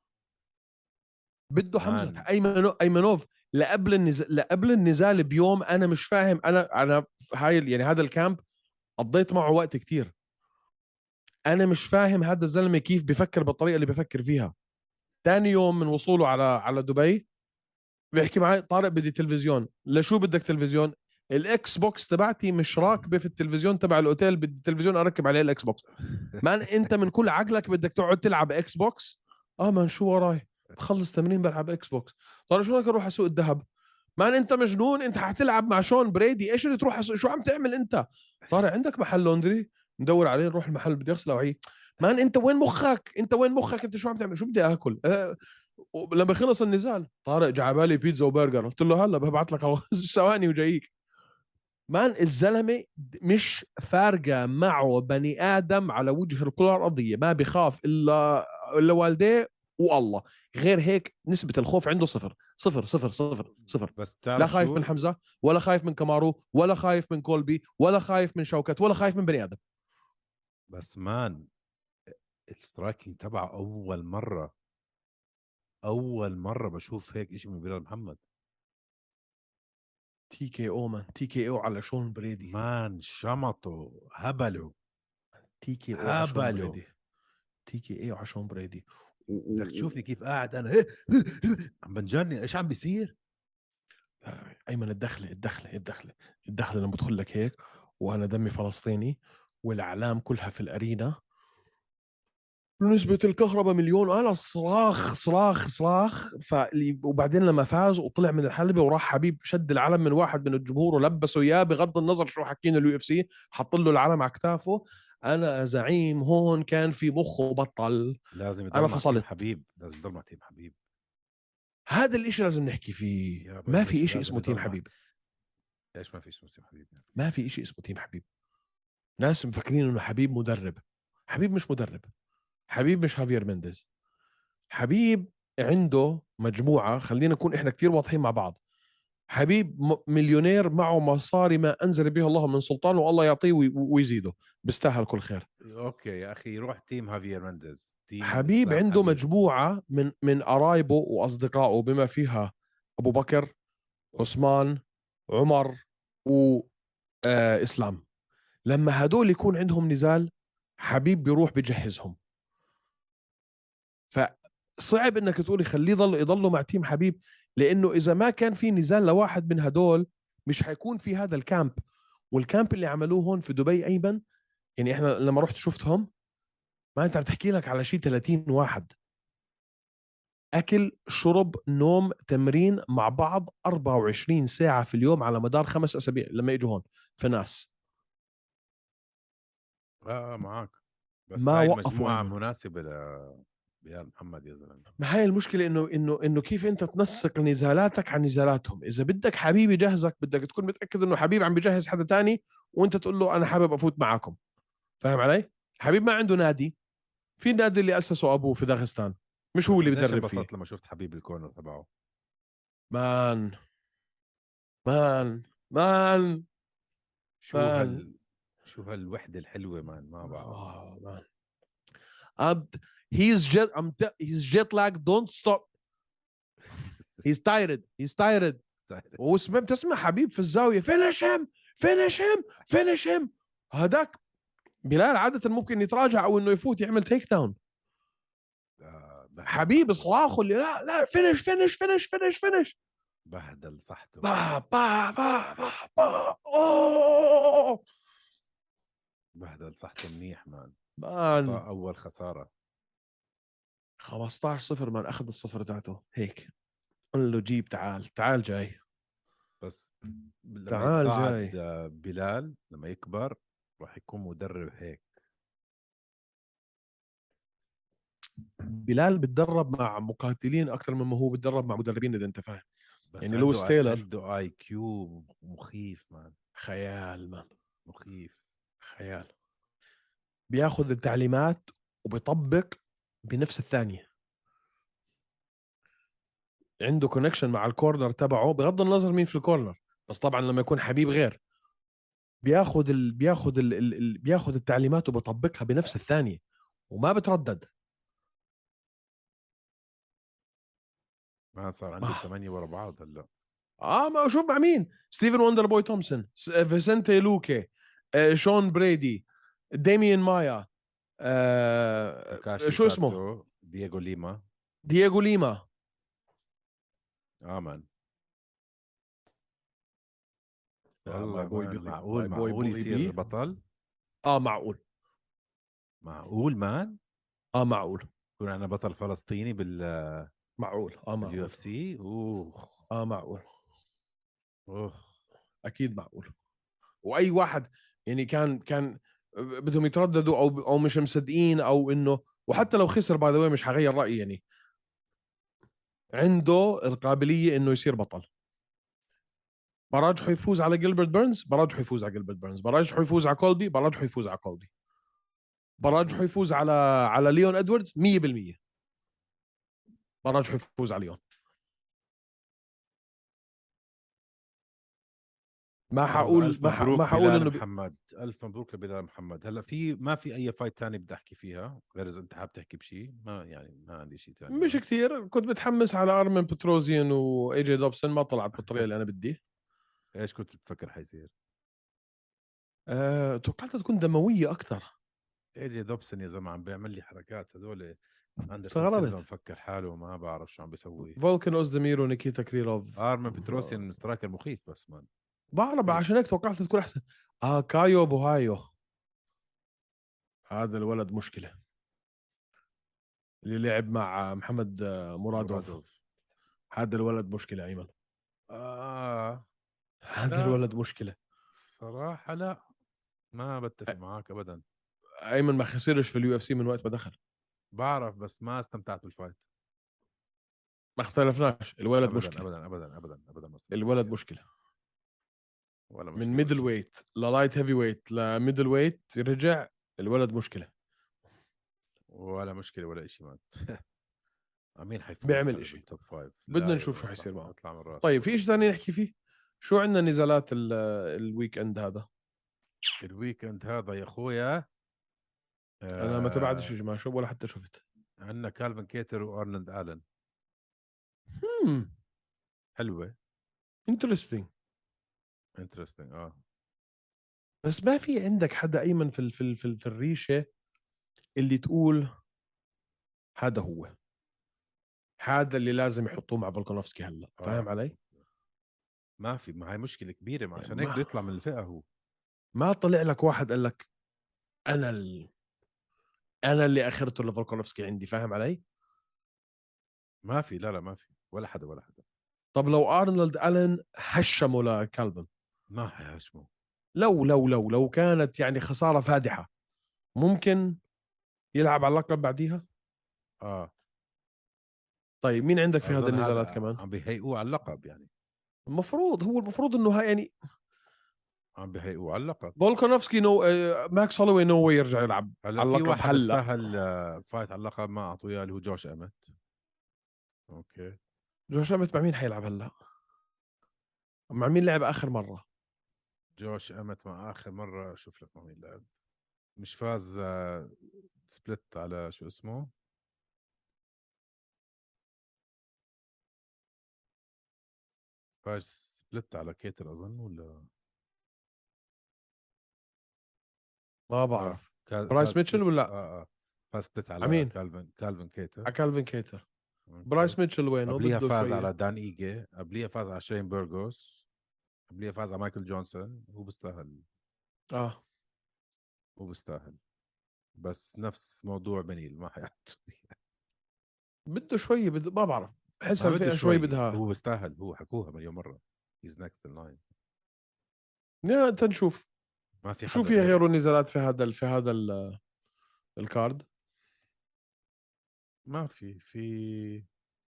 بده حمزة. مان. ايمنوف ايمنوف لقبل النزال لقبل النزال بيوم. انا مش فاهم. انا انا هاي يعني هذا الكامب قضيت معه وقت كتير. انا مش فاهم هذا الزلمه كيف بفكر بالطريقه اللي بفكر فيها. ثاني يوم من وصوله على على دبي بيحكي معي طارق بدي تلفزيون. لشو بدك تلفزيون؟ الاكس بوكس تبعتي مش راكبه في التلفزيون تبع الاوتيل، بدي تلفزيون اركب عليه الاكس بوكس. مان انت من كل عقلك بدك تقعد تلعب اكس بوكس؟ اه مان شو وراي؟ بخلص تمرين بلعب اكس بوكس. طارق شو رايك اروح اسوق الذهب؟ مان انت مجنون، انت حتلعب مع شون بريدي، ايش اللي تروح أسوق؟ شو عم تعمل انت؟ طارق عندك محل لوندري؟ ندور عليه نروح المحل بدي اغسله وعي. مان انت وين مخك؟ انت وين مخك؟ انت شو عم تعمل؟ شو بدي اكل؟ أه لما خلص النزال طارق جعبالي بيتزا وبرجر، قلت له هلا ببعث لك على ثواني وجايك. مان الزلمه مش فارقه معه بني ادم على وجه الكره الارضيه، ما بخاف الا الا والديه والله. غير هيك نسبه الخوف عنده صفر صفر صفر صفر صفر. بس لا تعرف خايف شو؟ من حمزه، ولا خايف من كمارو، ولا خايف من كولبي، ولا خايف من شوكت، ولا خايف من بني ادم. بس مان السترايكينج تبعه اول مره اول مره بشوف هيك اشي من بلال محمد. تي كي او مان، تي كي او على شون بريدي. مان شمطه هبله. تي كي او على شون هبله. بريدي. تي كي او على شون بريدي. بدك تشوفني كيف قاعد انا عم بنجرني ايش عم بيصير. ايمن الدخله الدخله الدخله الدخله لما بدخل لك هيك وانا دمي فلسطيني والاعلام كلها في الارينا نسبة الكهرباء مليون، انا صراخ صراخ صراخ. فلي وبعدين لما فاز وطلع من الحلبة وراح حبيب شد العلم من واحد من الجمهور ولبسه اياه بغض النظر شو حكينا اليو اف سي، حط له العلم على كتافه. انا زعيم هون كان في مخه بطل. لازم انا يضل مع تيم فصلت. حبيب. لازم يضل مع تيم حبيب. هذا الاشي لازم نحكي فيه. يا ما باشا في اشي لازم اسمه تيم يضل مع. حبيب. ايش ما في اسمه تيم حبيب يعني؟ ما في اشي اسمه تيم حبيب. ناس مفكرين انه حبيب مدرب. حبيب مش مدرب. حبيب مش هافير مينديز. حبيب عنده مجموعة، خلينا نكون إحنا كتير واضحين مع بعض. حبيب مليونير معه مصاري ما أنزل به الله من سلطان، والله يعطيه ويزيده، بيستاهل كل خير. اوكي يا اخي روح تيم هافير مندز، تيم حبيب اسلام عنده حبيب. مجموعة من من قرايبه وأصدقائه، بما فيها أبو بكر، عثمان، عمر، وإسلام. لما هدول يكون عندهم نزال، حبيب بيروح بجهزهم. فصعب انك تقولي خليه يضل يضلوا مع تيم حبيب، لانه اذا ما كان في نزال لواحد من هدول مش حيكون في هذا الكامب. والكامب اللي عملوه هون في دبي ايمن، يعني احنا لما رحت شفتهم، ما انت عم تحكي لك على شيء ثلاثين واحد، اكل شرب نوم تمرين مع بعض أربعة وعشرين ساعة في اليوم على مدار خمس اسابيع لما يجوا هون في ناس. اه معك، بس ما هاي وقفوا المجموعه ايمن. مناسبه ل بلال محمد يا زلمه. ما هاي المشكلة، انه انه انه كيف انت تنسق نزالاتك عن نزالاتهم. اذا بدك حبيب يجهزك، بدك تكون متأكد انه حبيب عم بيجهز حدا تاني، وانت تقول له انا حابب افوت معاكم. فاهم علي؟ حبيب ما عنده نادي، في النادي اللي اسسه ابوه في داغستان، مش هو بس اللي قديش بيدرب فيه. انبسطت لما شفت حبيب الكورنر تبعه. مان مان مان شو مان هال شو هالوحده الحلوه مان، ما بعرف. oh, man. I'm, he's jet I'm t- he's jet lag. Don't stop. He's tired. He's tired. وسمع بتسمع حبيب في الزاويه فينيش هيم فينيش هيم فينيش هيم. هذاك بلال عاده ممكن يتراجع او انه يفوت يعمل تيك داون. آه، بهدل حبيب صحته. صراخه اللي لا لا فينيش فينيش فينيش فينيش فينيش. بهدل صحته. با با با با با اوه بهدل صحته منيح مان. مان. أعطاه اول خساره. خمسة عشر صفر مان، اخذ الصفر تاعته هيك. قل له جيب، تعال تعال جاي، بس لما تعال يتقاعد جاي. آه، بلال لما يكبر راح يكون مدرب هيك. بلال بتدرب مع مقاتلين اكثر مما هو بتدرب مع مدربين، اذا انت فاهم. بس يعني عنده لويس تايلر عنده اي كيو مخيف مان. خيال مان، مخيف. خيال. بياخذ التعليمات وبيطبق بنفس الثانية. عنده كونكشن مع الكورنر تبعه، بغض النظر مين في الكورنر، بس طبعا لما يكون حبيب غير. بياخذ ال... بياخذ ال... ال... ال... بياخذ التعليمات وبيطبقها بنفس الثانية وما بتردد. ما صار عنده آه. الثمانية ورا بعض هلا. اه ما شوف مع مين، ستيفن وندر بوي تومسون، فيسنتي لوكي، آه، شون بريدي، ديميان مايا، آه، تاكاشي شو اسمه، ساتو، دييغو ليما. دييغو ليما. امان. ماي والله بوي مان بيلي، معقول ماي بوي معقول بولي يصير بي. بطل. اه معقول. معقول مان. اه معقول. يكون عندنا بطل فلسطيني بال معقول. اه باليو معقول. اف سي. اوه اه معقول. اوه. اكيد معقول. واي واحد يعني كان كان بدهم يترددوا او او مش مصدقين او انه، وحتى لو خسر باي ذا مش حغير رايي يعني. عنده القابليه انه يصير بطل. براجحه يفوز على جيلبرت بيرنز، براجحه يفوز على جيلبرت بيرنز. براجحه يفوز على كولبي، براجحه يفوز على كولبي. براجحه يفوز على على ليون ادواردز مية بالمية. براجحه يفوز على ليون. ما والله حقول الف ما ح... ما مبروك حقول بلال انه ب... محمد، الف مبروك لبلال محمد. هلا في ما في اي فايت تاني بدي احكي فيها غير اذا انت حابب تحكي بشيء. ما يعني ما عندي شيء ثاني مش مان. كثير. كنت متحمس على ارمن بتروزيان واي جي دوبسون، ما طلعت بالطريقه اللي انا بدي. ايش كنت بتفكر حيصير؟ أه... توقعتها تكون دمويه اكثر. اي جي دوبسون يا زلمه عم بيعمل لي حركات هذول. اندرسون سيلفا استغربت. مفكر حاله ما بعرف شو عم بيسوي. فولكن اوزدمير ونيكيتا كريلوف. ارمن بتروسين سترايكر مخيف بس مان. بعرف، مخيف. عشان هيك توقعت تكون احسن. اه كايو بوهايو، هذا الولد مشكله، اللي لعب مع محمد مرادوف. مرادوف. هذا الولد مشكله ايمن. آه هذا لا الولد مشكله. صراحة لا، ما بتفق معك أبدا. ايمن ما خسرش في اليو اف سي من وقت ما دخل. بعرف بس ما استمتعت بالفايت. ما اختلفناش، الولد أبدا مشكله. أبدا أبدا أبدا أبدا ما استمتعت الولد فيها. مشكله. ولا من مشكلة ولا ميدل شيء. ويت للايت هيفي ويت لميدل ويت رجع، الولد مشكله. ولا مشكلة ولا شيء مان. مين حيفوز بيعمل هلا إشي. بالتوب فايف؟ بدنا لا نشوف شو يطلع- حيصير معه. يطلع من راسي. طيب في شيء ثاني نحكي فيه؟ شو عندنا نزالات ال- الويك اند هذا؟ الويكند هذا يا اخويا انا ما تبعتش يا آه جماعه، شو ولا حتى شفت. عندنا كالفن كيتر وارنولد الن. امم حلوه. انترستينج. انترستنج اه. بس ما في عندك حدا ايمن في ال في ال في, ال في الريشه اللي تقول هذا هو، هذا اللي لازم يحطوه مع فولكانوفسكي هلا، آه. فاهم علي؟ ما في، ما هي مشكله كبيره، ما يعني عشان هيك ما بده يطلع من الفئه هو. ما طلع لك واحد قال لك انا ال... انا اللي اخرته لفولكانوفسكي عندي، فاهم علي؟ ما في، لا لا ما في ولا حدا ولا حدا. طب لو ارنولد الن هشمه لكالفن، ما حيهاجمه. لو لو لو لو كانت يعني خساره فادحه، ممكن يلعب على اللقب بعديها. اه طيب مين عندك في هذا اظن النزالات هذا كمان؟ عم بيهيئوه على اللقب يعني. المفروض هو المفروض انه هاي يعني عم بيهيئوه على اللقب. فولكانوفسكي نو آه، ماكس هولوي نو واي يرجع يلعب هلا على في اللقب واحد هلا. استاهل آه، فايت على اللقب ما اعطوه اياه، اللي هو جوش امت. اوكي. جوش امت مع مين حيلعب هلا؟ مع مين لعب اخر مره؟ جوش امت مع اخر مره شوف لك مع مين لعب. مش فاز آه، سبلت على شو اسمه، فاز سبلت على كيتر اظن ولا. ما اه بعرف. كا- برايس فاز ميتشل سبلت ولا اه اه فاز سبلت على امين؟ كالفن كالفن كيتر. على كالفين كيتر. اوكي. برايس ميتشل وينه؟ قبليها بده فاز شويه. على دان ايجي، قبليها فاز على شين بيرغوس، قبليها فاز على مايكل جونسون. هو بيستاهل، اه هو بيستاهل. بس نفس موضوع بنيل ما حيعطوا. بده شويه، بده ما بعرف، بحس ما بده الفئه شوي شوي، بدها. هو بيستاهل، هو حكوها مليون مره. هيز نكست ان لاين. يا تنشوف ما في شو حدا في غيره. غيره نزالات في هذا في هذا ال- الكارد. ما في في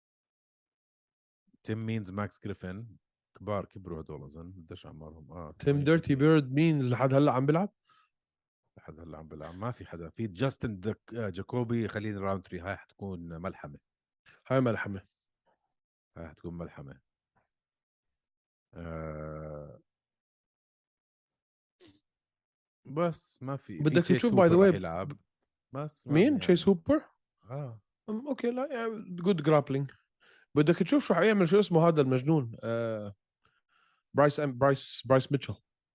تيم مينز ماكس جريفن، كبار كبروا هدول اظن، قديش اعمارهم؟ اه تيم ديرتي ثمانية وثلاثين. بيرد مينز لحد هلا عم بيلعب. لحد هلا عم بلعب. ما في حدا. في جاستن دك... آه، جاكوبي خلينا راوند ثلاثة، هاي حتكون ملحمه. هاي ملحمه. هاي حتكون ملحمه. آه بس ما في في بدك تشيس تشوف باي ذا هوبر راح واي يلعب. بس ما مين تشيس يعني. هوبر. اه أم، اوكي لا يعني جود جرابلينج. بدك تشوف شو حيعمل، شو اسمه هذا المجنون آه برايس أم برايس برايس ميتشل.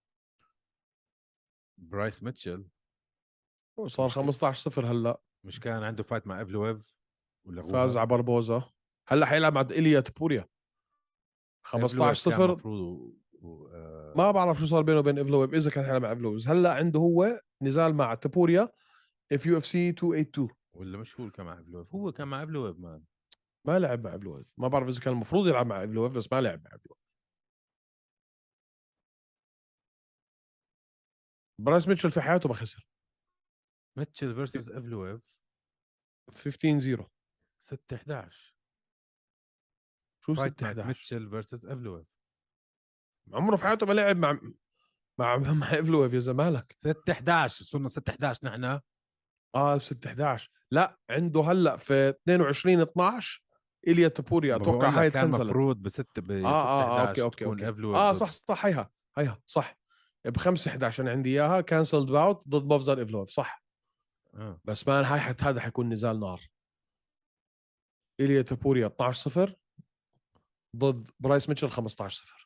برايس ميتشل. صار مش ك... خمسطعش صفر هلا. مش كان عنده فايت مع ايفلويف فاز ولغوها؟ على بربوزا. هلا حيلعب مع ايليا تبوريا. ايفلويف خمسطعش كان صفر. مفروض و... و... ما آه... بعرف شو صار بينه وبين ايفلويف، اذا كان حيلعب مع ايفلويف. هلا عنده هو نزال مع تبوريا في يو اف سي مئتين وثمانية وثمانين. ولا مش هو اللي كان مع ايفلويف؟ هو كان مع ايفلويف مان. ما لعب مع ايفلويف، ما بعرف اذا كان المفروض يلعب مع ايفلويف بس ما لعب مع ايفلويف. برايس ميتشل في حياته ما خسر. ميتشل فيرسز ايفلويف خمستاشر صفر. ستة احدعش. شو فايت ستة نايت احدعش؟ ميتشل فيرسز ايفلويف. عمره في حياته ما لعب مع مع مع ايفلويف يا زمالك. ستة احدعش، صرنا ستة احدعش نحن. اه ستة احدعش. لا عنده هلا في اثنين وعشرين اثناش ايليا تابوريا، ما اتوقع بقول لك هاي كان تكنسلت. مفروض بست اه ب ستة اه اه اوكي احدعش اوكي تكون اوكي ايفلويف اه ضد. صح صح هيها هيها صح. ب خمسة احدعش انا عندي اياها كانسلد باوت ضد بافزر ايفلويف صح. اه بس مان هاي حت هذا حيكون نزال نار. ايليا تابوريا اثناشر صفر ضد برايس ميتشل خمسطعش صفر.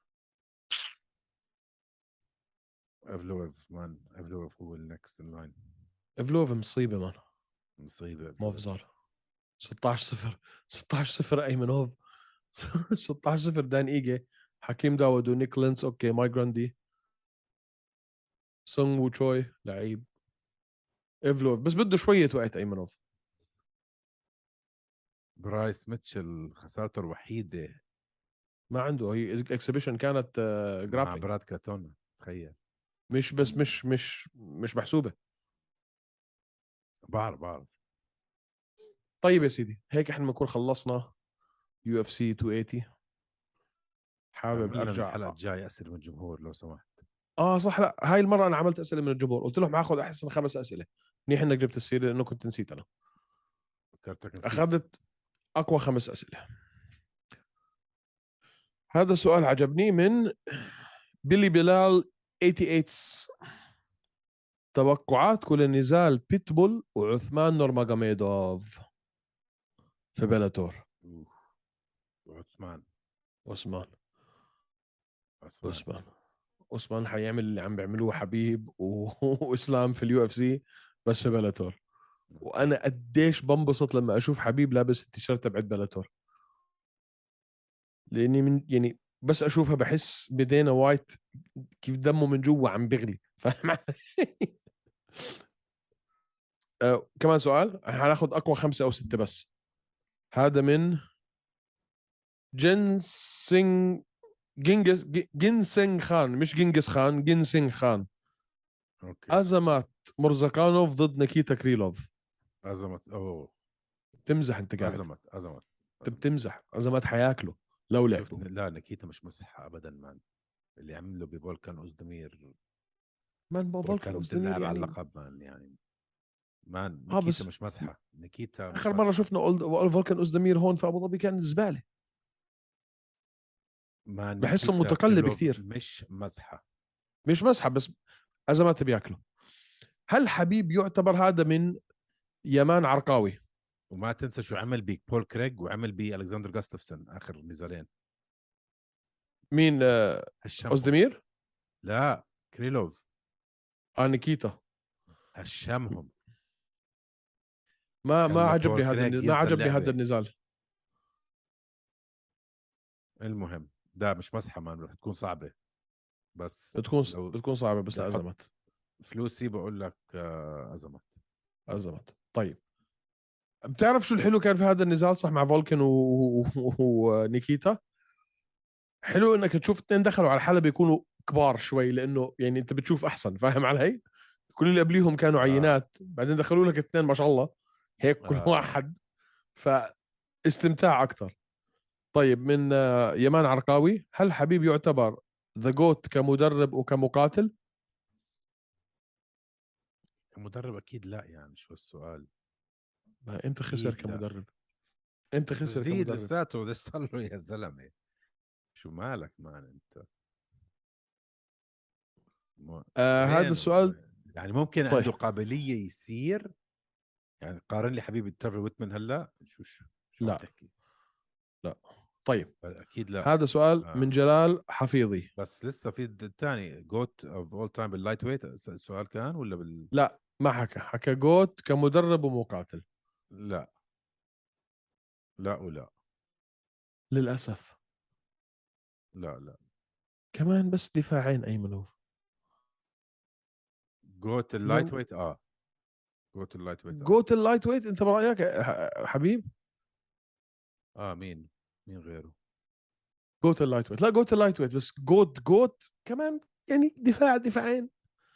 ايفلويف مان، ايفلويف هو النكست ان لاين. ايفلويف مصيبه مان. مصيبه ايفلويف. مافزر ستاشر صفر. ستاشر صفر ايمنوف. ستاشر صفر دان ايجي. حكيم داود ونيك لينس اوكي ماي جراندي. سونغ وو تشوي لعيب. ايفلوف بس بده شويه وقت ايمنوف. برايس ميتشل خسارته الوحيده ما عنده، هي اكسبيشن كانت مع جرابلينج. براد كاتونا، تخيل. مش بس مش مش مش محسوبه. بعرف بعرف. طيب يا سيدي هيك احنا بنكون خلصنا يو اف سي مئتين وثمانين. حابب اعمل لنا من ارجع. الحلقه الجايه اسئله من الجمهور لو سمحت. اه صح، لا هاي المره انا عملت اسئله من الجمهور، قلت لهم هاخذ احسن خمس اسئله. منيح انك جبت السيره لانه كنت نسيت انا. فكرتك نسيت. اخذت اقوى خمس اسئله. هذا السؤال عجبني من بيلي بلال ثمانية وثمانين. توقعاتكم لنزال بيتبول وعثمان نورماغomedov في بلاتور؟ عثمان عثمان عثمان عثمان عثمان حيعمل اللي عم بيعملوه حبيب و- واسلام في اليو اف سي بس في بلاتور. وانا قديش بنبسط لما اشوف حبيب لابس التيشيرت تبعت بلاتور، لاني من يعني بس اشوفها بحس بدينا وايت كيف دمه من جوا عم بيغلي، فاهم علي؟ آه، كمان سؤال، هناخذ اقوى خمسه او سته بس. هذا من جنسينج جنجس جنسينج خان، مش جنجس خان، جنسينج خان. اوكي. ازمات مرزقانوف ضد نيكيتا كريلوف. أزمت اوه تمزح انت قاعد؟ أزمت أزمت انت بتمزح. ازمات حياكله لو شفت لعبوا. لا نيكيتا مش مسحة ابدا مان. اللي عمله بفولكان اوزدمير، مان فولكان فولكان اوزدمير بتلعب على يعني اللقب مان يعني. مان اه نيكيتا بس مش مسحة، نيكيتا مش اخر مره مسحة. شفنا أولد- فولكان اوزدمير هون في ابو ظبي كان زباله. مان بحسه نيكيتا متقلب كريلوف كثير. مش مسحة. مش مسحب بس ازمات بياكله. هل حبيب يعتبر هذا من يمان عرقاوي؟ وما تنسى شو عمل بيك بول كريغ وعمل بي الكسندر جاستفسون اخر نزالين. مين آه، هشمهم. اوزدمير؟ لا كريلوف اه نيكيتا. هشمهم. ما ما خلى عجبني بول هذا كريغ النزال. ما ينسى عجبني هذا اللعبة. النزال. المهم ده مش مسحة مان، رح تكون صعبة. بس بتكون لو بتكون صعبه بس بدي احط لازمت. فلوسي بقول لك آه، أزمت. ازمت. طيب بتعرف شو الحلو كان في هذا النزال صح مع فولكن و- و- ونيكيتا؟ حلو انك تشوف اثنين دخلوا على الحلبة يكونوا كبار شوي، لانه يعني انت بتشوف احسن، فاهم علي؟ كل اللي قبليهم كانوا آه. عينات، بعدين دخلوا لك اثنين ما شاء الله هيك كل آه. واحد، فاستمتاع اكثر. طيب من آه، يمان عرقاوي، هل حبيب يعتبر ذا جوت كمدرب وكمقاتل؟ كمدرب اكيد لا، يعني شو السؤال؟ ما امتى خسر اكيد لا. كمدرب؟ امتى بس خسر جديد كمدرب؟ لساته، لسه صار له يا زلمه. شو مالك مان انت؟ مو... آه هذا وين السؤال. يعني ممكن طيب عنده قابليه يصير. يعني قارن لي حبيبي ترفي ويتمن هلا، شو شو شو عم لا تحكي؟ لا. طيب اكيد لا. هذا سؤال من آه. جلال حفيظي. بس لسه في الثاني جوت اوف اول تايم باللايت ويت، السؤال كان ولا بال لا ما حكى، حكى جوت كمدرب ومقاتل. لا لا ولا للأسف. لا لا. كمان بس دفاعين أيمنوف. جوت اللايت ويت اه جوت اللايت ويت اه جوت اللايت ويت أنت برأيك يا ح- حبيب؟ اه مين مين غيره؟ جوت اللايت ويت. لا جوت اللايت ويت بس جوت جوت كمان يعني دفاع دفاعين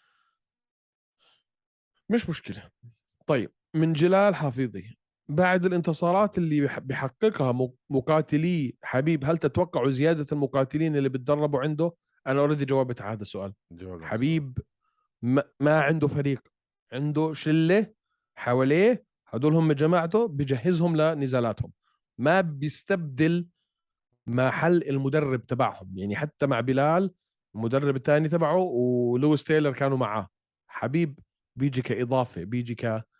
مش مشكلة. طيب من جلال حفيظي، بعد الانتصارات اللي بح- بحققها م- مقاتلي حبيب، هل تتوقعوا زيادة المقاتلين اللي بتدربوا عنده؟ أنا أوريدي جاوبت على هذا السؤال. جواب عن السؤال. حبيب ما, ما عنده فريق، عنده شلة حواليه، هدول هم جماعته بجهزهم لنزالاتهم، ما بيستبدل محل المدرب تبعهم. يعني حتى مع بلال المدرب الثاني تبعه ولويس تايلر كانوا معاه، حبيب بيجي كإضافة، بيجي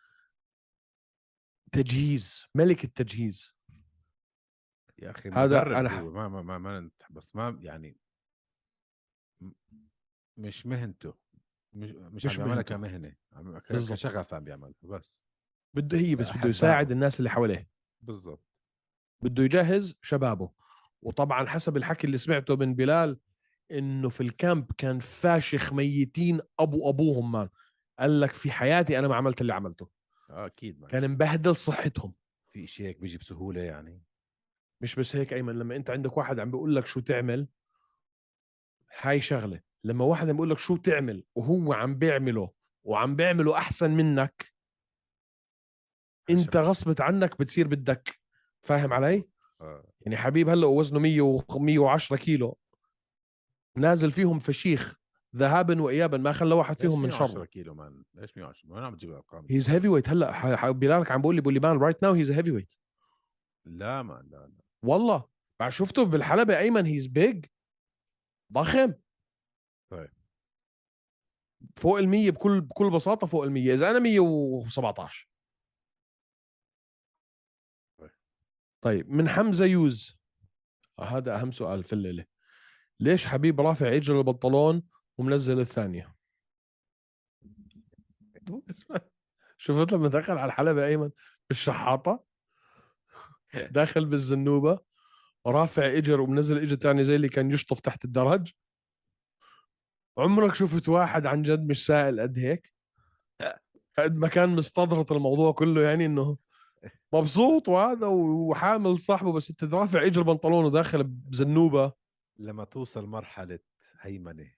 كتجهيز، ملك التجهيز. يا اخي هذا مدرب أنا هو، ح... ما ما ما, ما بس ما يعني م- مش مهنته. مش مش عم مش بيعملها مهنته كمهنه، عم ك- بالضبط. كشغف عم بيعملها بس. بده هي بس بده يساعد لاحبائه الناس اللي حواليه، بالضبط. بده يجهز شبابه. وطبعا حسب الحكي اللي سمعته من بلال انه في الكامب كان فاشخ ميتين ابو ابوهم مان. قال لك في حياتي انا ما عملت اللي عملته. آه اكيد ما كان شو مبهدل صحتهم. في شيء هيك بيجي بسهوله يعني. مش بس هيك ايمن، لما انت عندك واحد عم بيقول لك شو تعمل، هاي شغله. لما واحد عم بيقول لك شو تعمل وهو عم بيعمله وعم بيعمله احسن منك، انت عشان غصبت عنك بتصير بدك، فاهم علي؟ مزبوط. آه. يعني حبيب هلا وزنه مية وعشرة كيلو، نازل فيهم فشيخ ذهابا وايابا، ما خلى واحد ليش فيهم من مية وعشرة شره. كيلو مان؟ ليش مية وعشرة؟ ما عم بتجيب الارقام هيز دي. هيفي ويت. هلا ح- ح- بلالك عم بقول لي بقول لي مان رايت ناو هيز هيفي ويت. لا ما لا لا والله بعد شفته بالحلبة ايمن هيز بيج ضخم. طيب فوق المية بكل بكل بساطة، فوق المية إذا أنا مية وسبعتاشر. طيب. طيب من حمزة يوز، هذا أهم سؤال في الليلة. ليش حبيب رافع إجر البنطلون ومنزل الثانية؟ شفت لما دخل على الحلبة أيمن بالشحاطة، داخل بالزنوبة رافع إجر ومنزل إجر ثاني زي اللي كان يشطف تحت الدرج. عمرك شفت واحد عن جد مش سائل قد هيك؟ قد ما كان مستظرط الموضوع كله، يعني انه مبسوط وهذا وحامل صاحبه، بس انت رافع اجر بنطلونه وداخل بزنوبه. لما توصل مرحلة هيمنة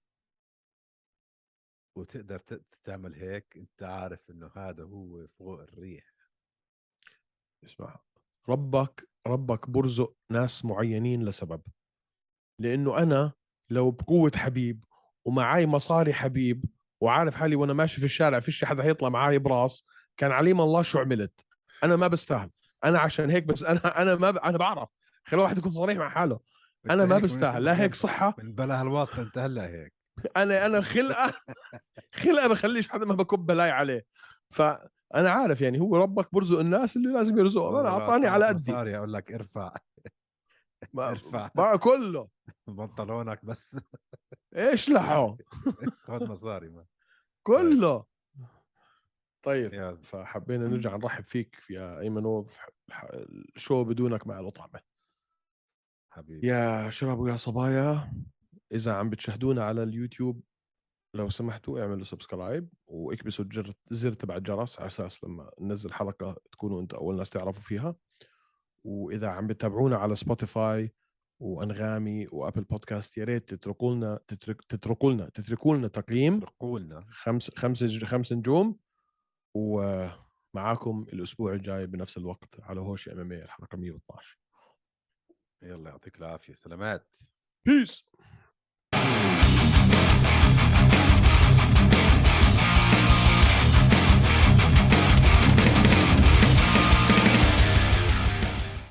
وتقدر ت- تعمل هيك، انت عارف انه هذا هو فوق الريح. اسمع، ربك ربك برزق ناس معينين لسبب. لانه انا لو بقوة حبيب ومعاي مصاري حبيب وعارف حالي وانا ماشي في الشارع فيش حدا هيطلع معاي براس، كان عليم الله شو عملت. انا ما بستاهل. انا عشان هيك بس انا انا ما ب... انا بعرف. خلي الواحد يكون صريح مع حاله. انت انا ما هيك من بستاهل لا هيك صحة. من بلا هالواسطة انت هلا هيك. انا انا خلقة خلقة بخليش حدا ما بكب بلاي عليه. فانا عارف يعني هو ربك برزق الناس اللي لازم يرزقهم، انا والله لو اعطاني ادفع على لك قدي. مصاري اقول لك ارفع ما ارفع ما كله بنطلونك بس. ايش لحو خذ مصاري ما. طيب كله. طيب يلا فحبينا نرجع نرحب فيك يا ايمنوف. الشو بدونك مع الأطعمة. حبيبي. يا شباب ويا صبايا، اذا عم بتشاهدونا على اليوتيوب لو سمحتوا اعملوا سبسكرايب واكبسوا الجر الزر تبع الجرس على اساس لما ننزل حلقة تكونوا انت اول ناس تعرفوا فيها. واذا عم بتابعونا على سبوتيفاي وانغامي وابل بودكاست، يا ريت تتركوا لنا تترك تتركوا لنا تتركوا لنا تقييم رقولنا. خمس خمس خمس نجوم. ومعاكم الاسبوع الجاي بنفس الوقت على هوش ام ام اي الحلقه مية واثناشر. يلا يعطيك العافية، سلامات. بيس.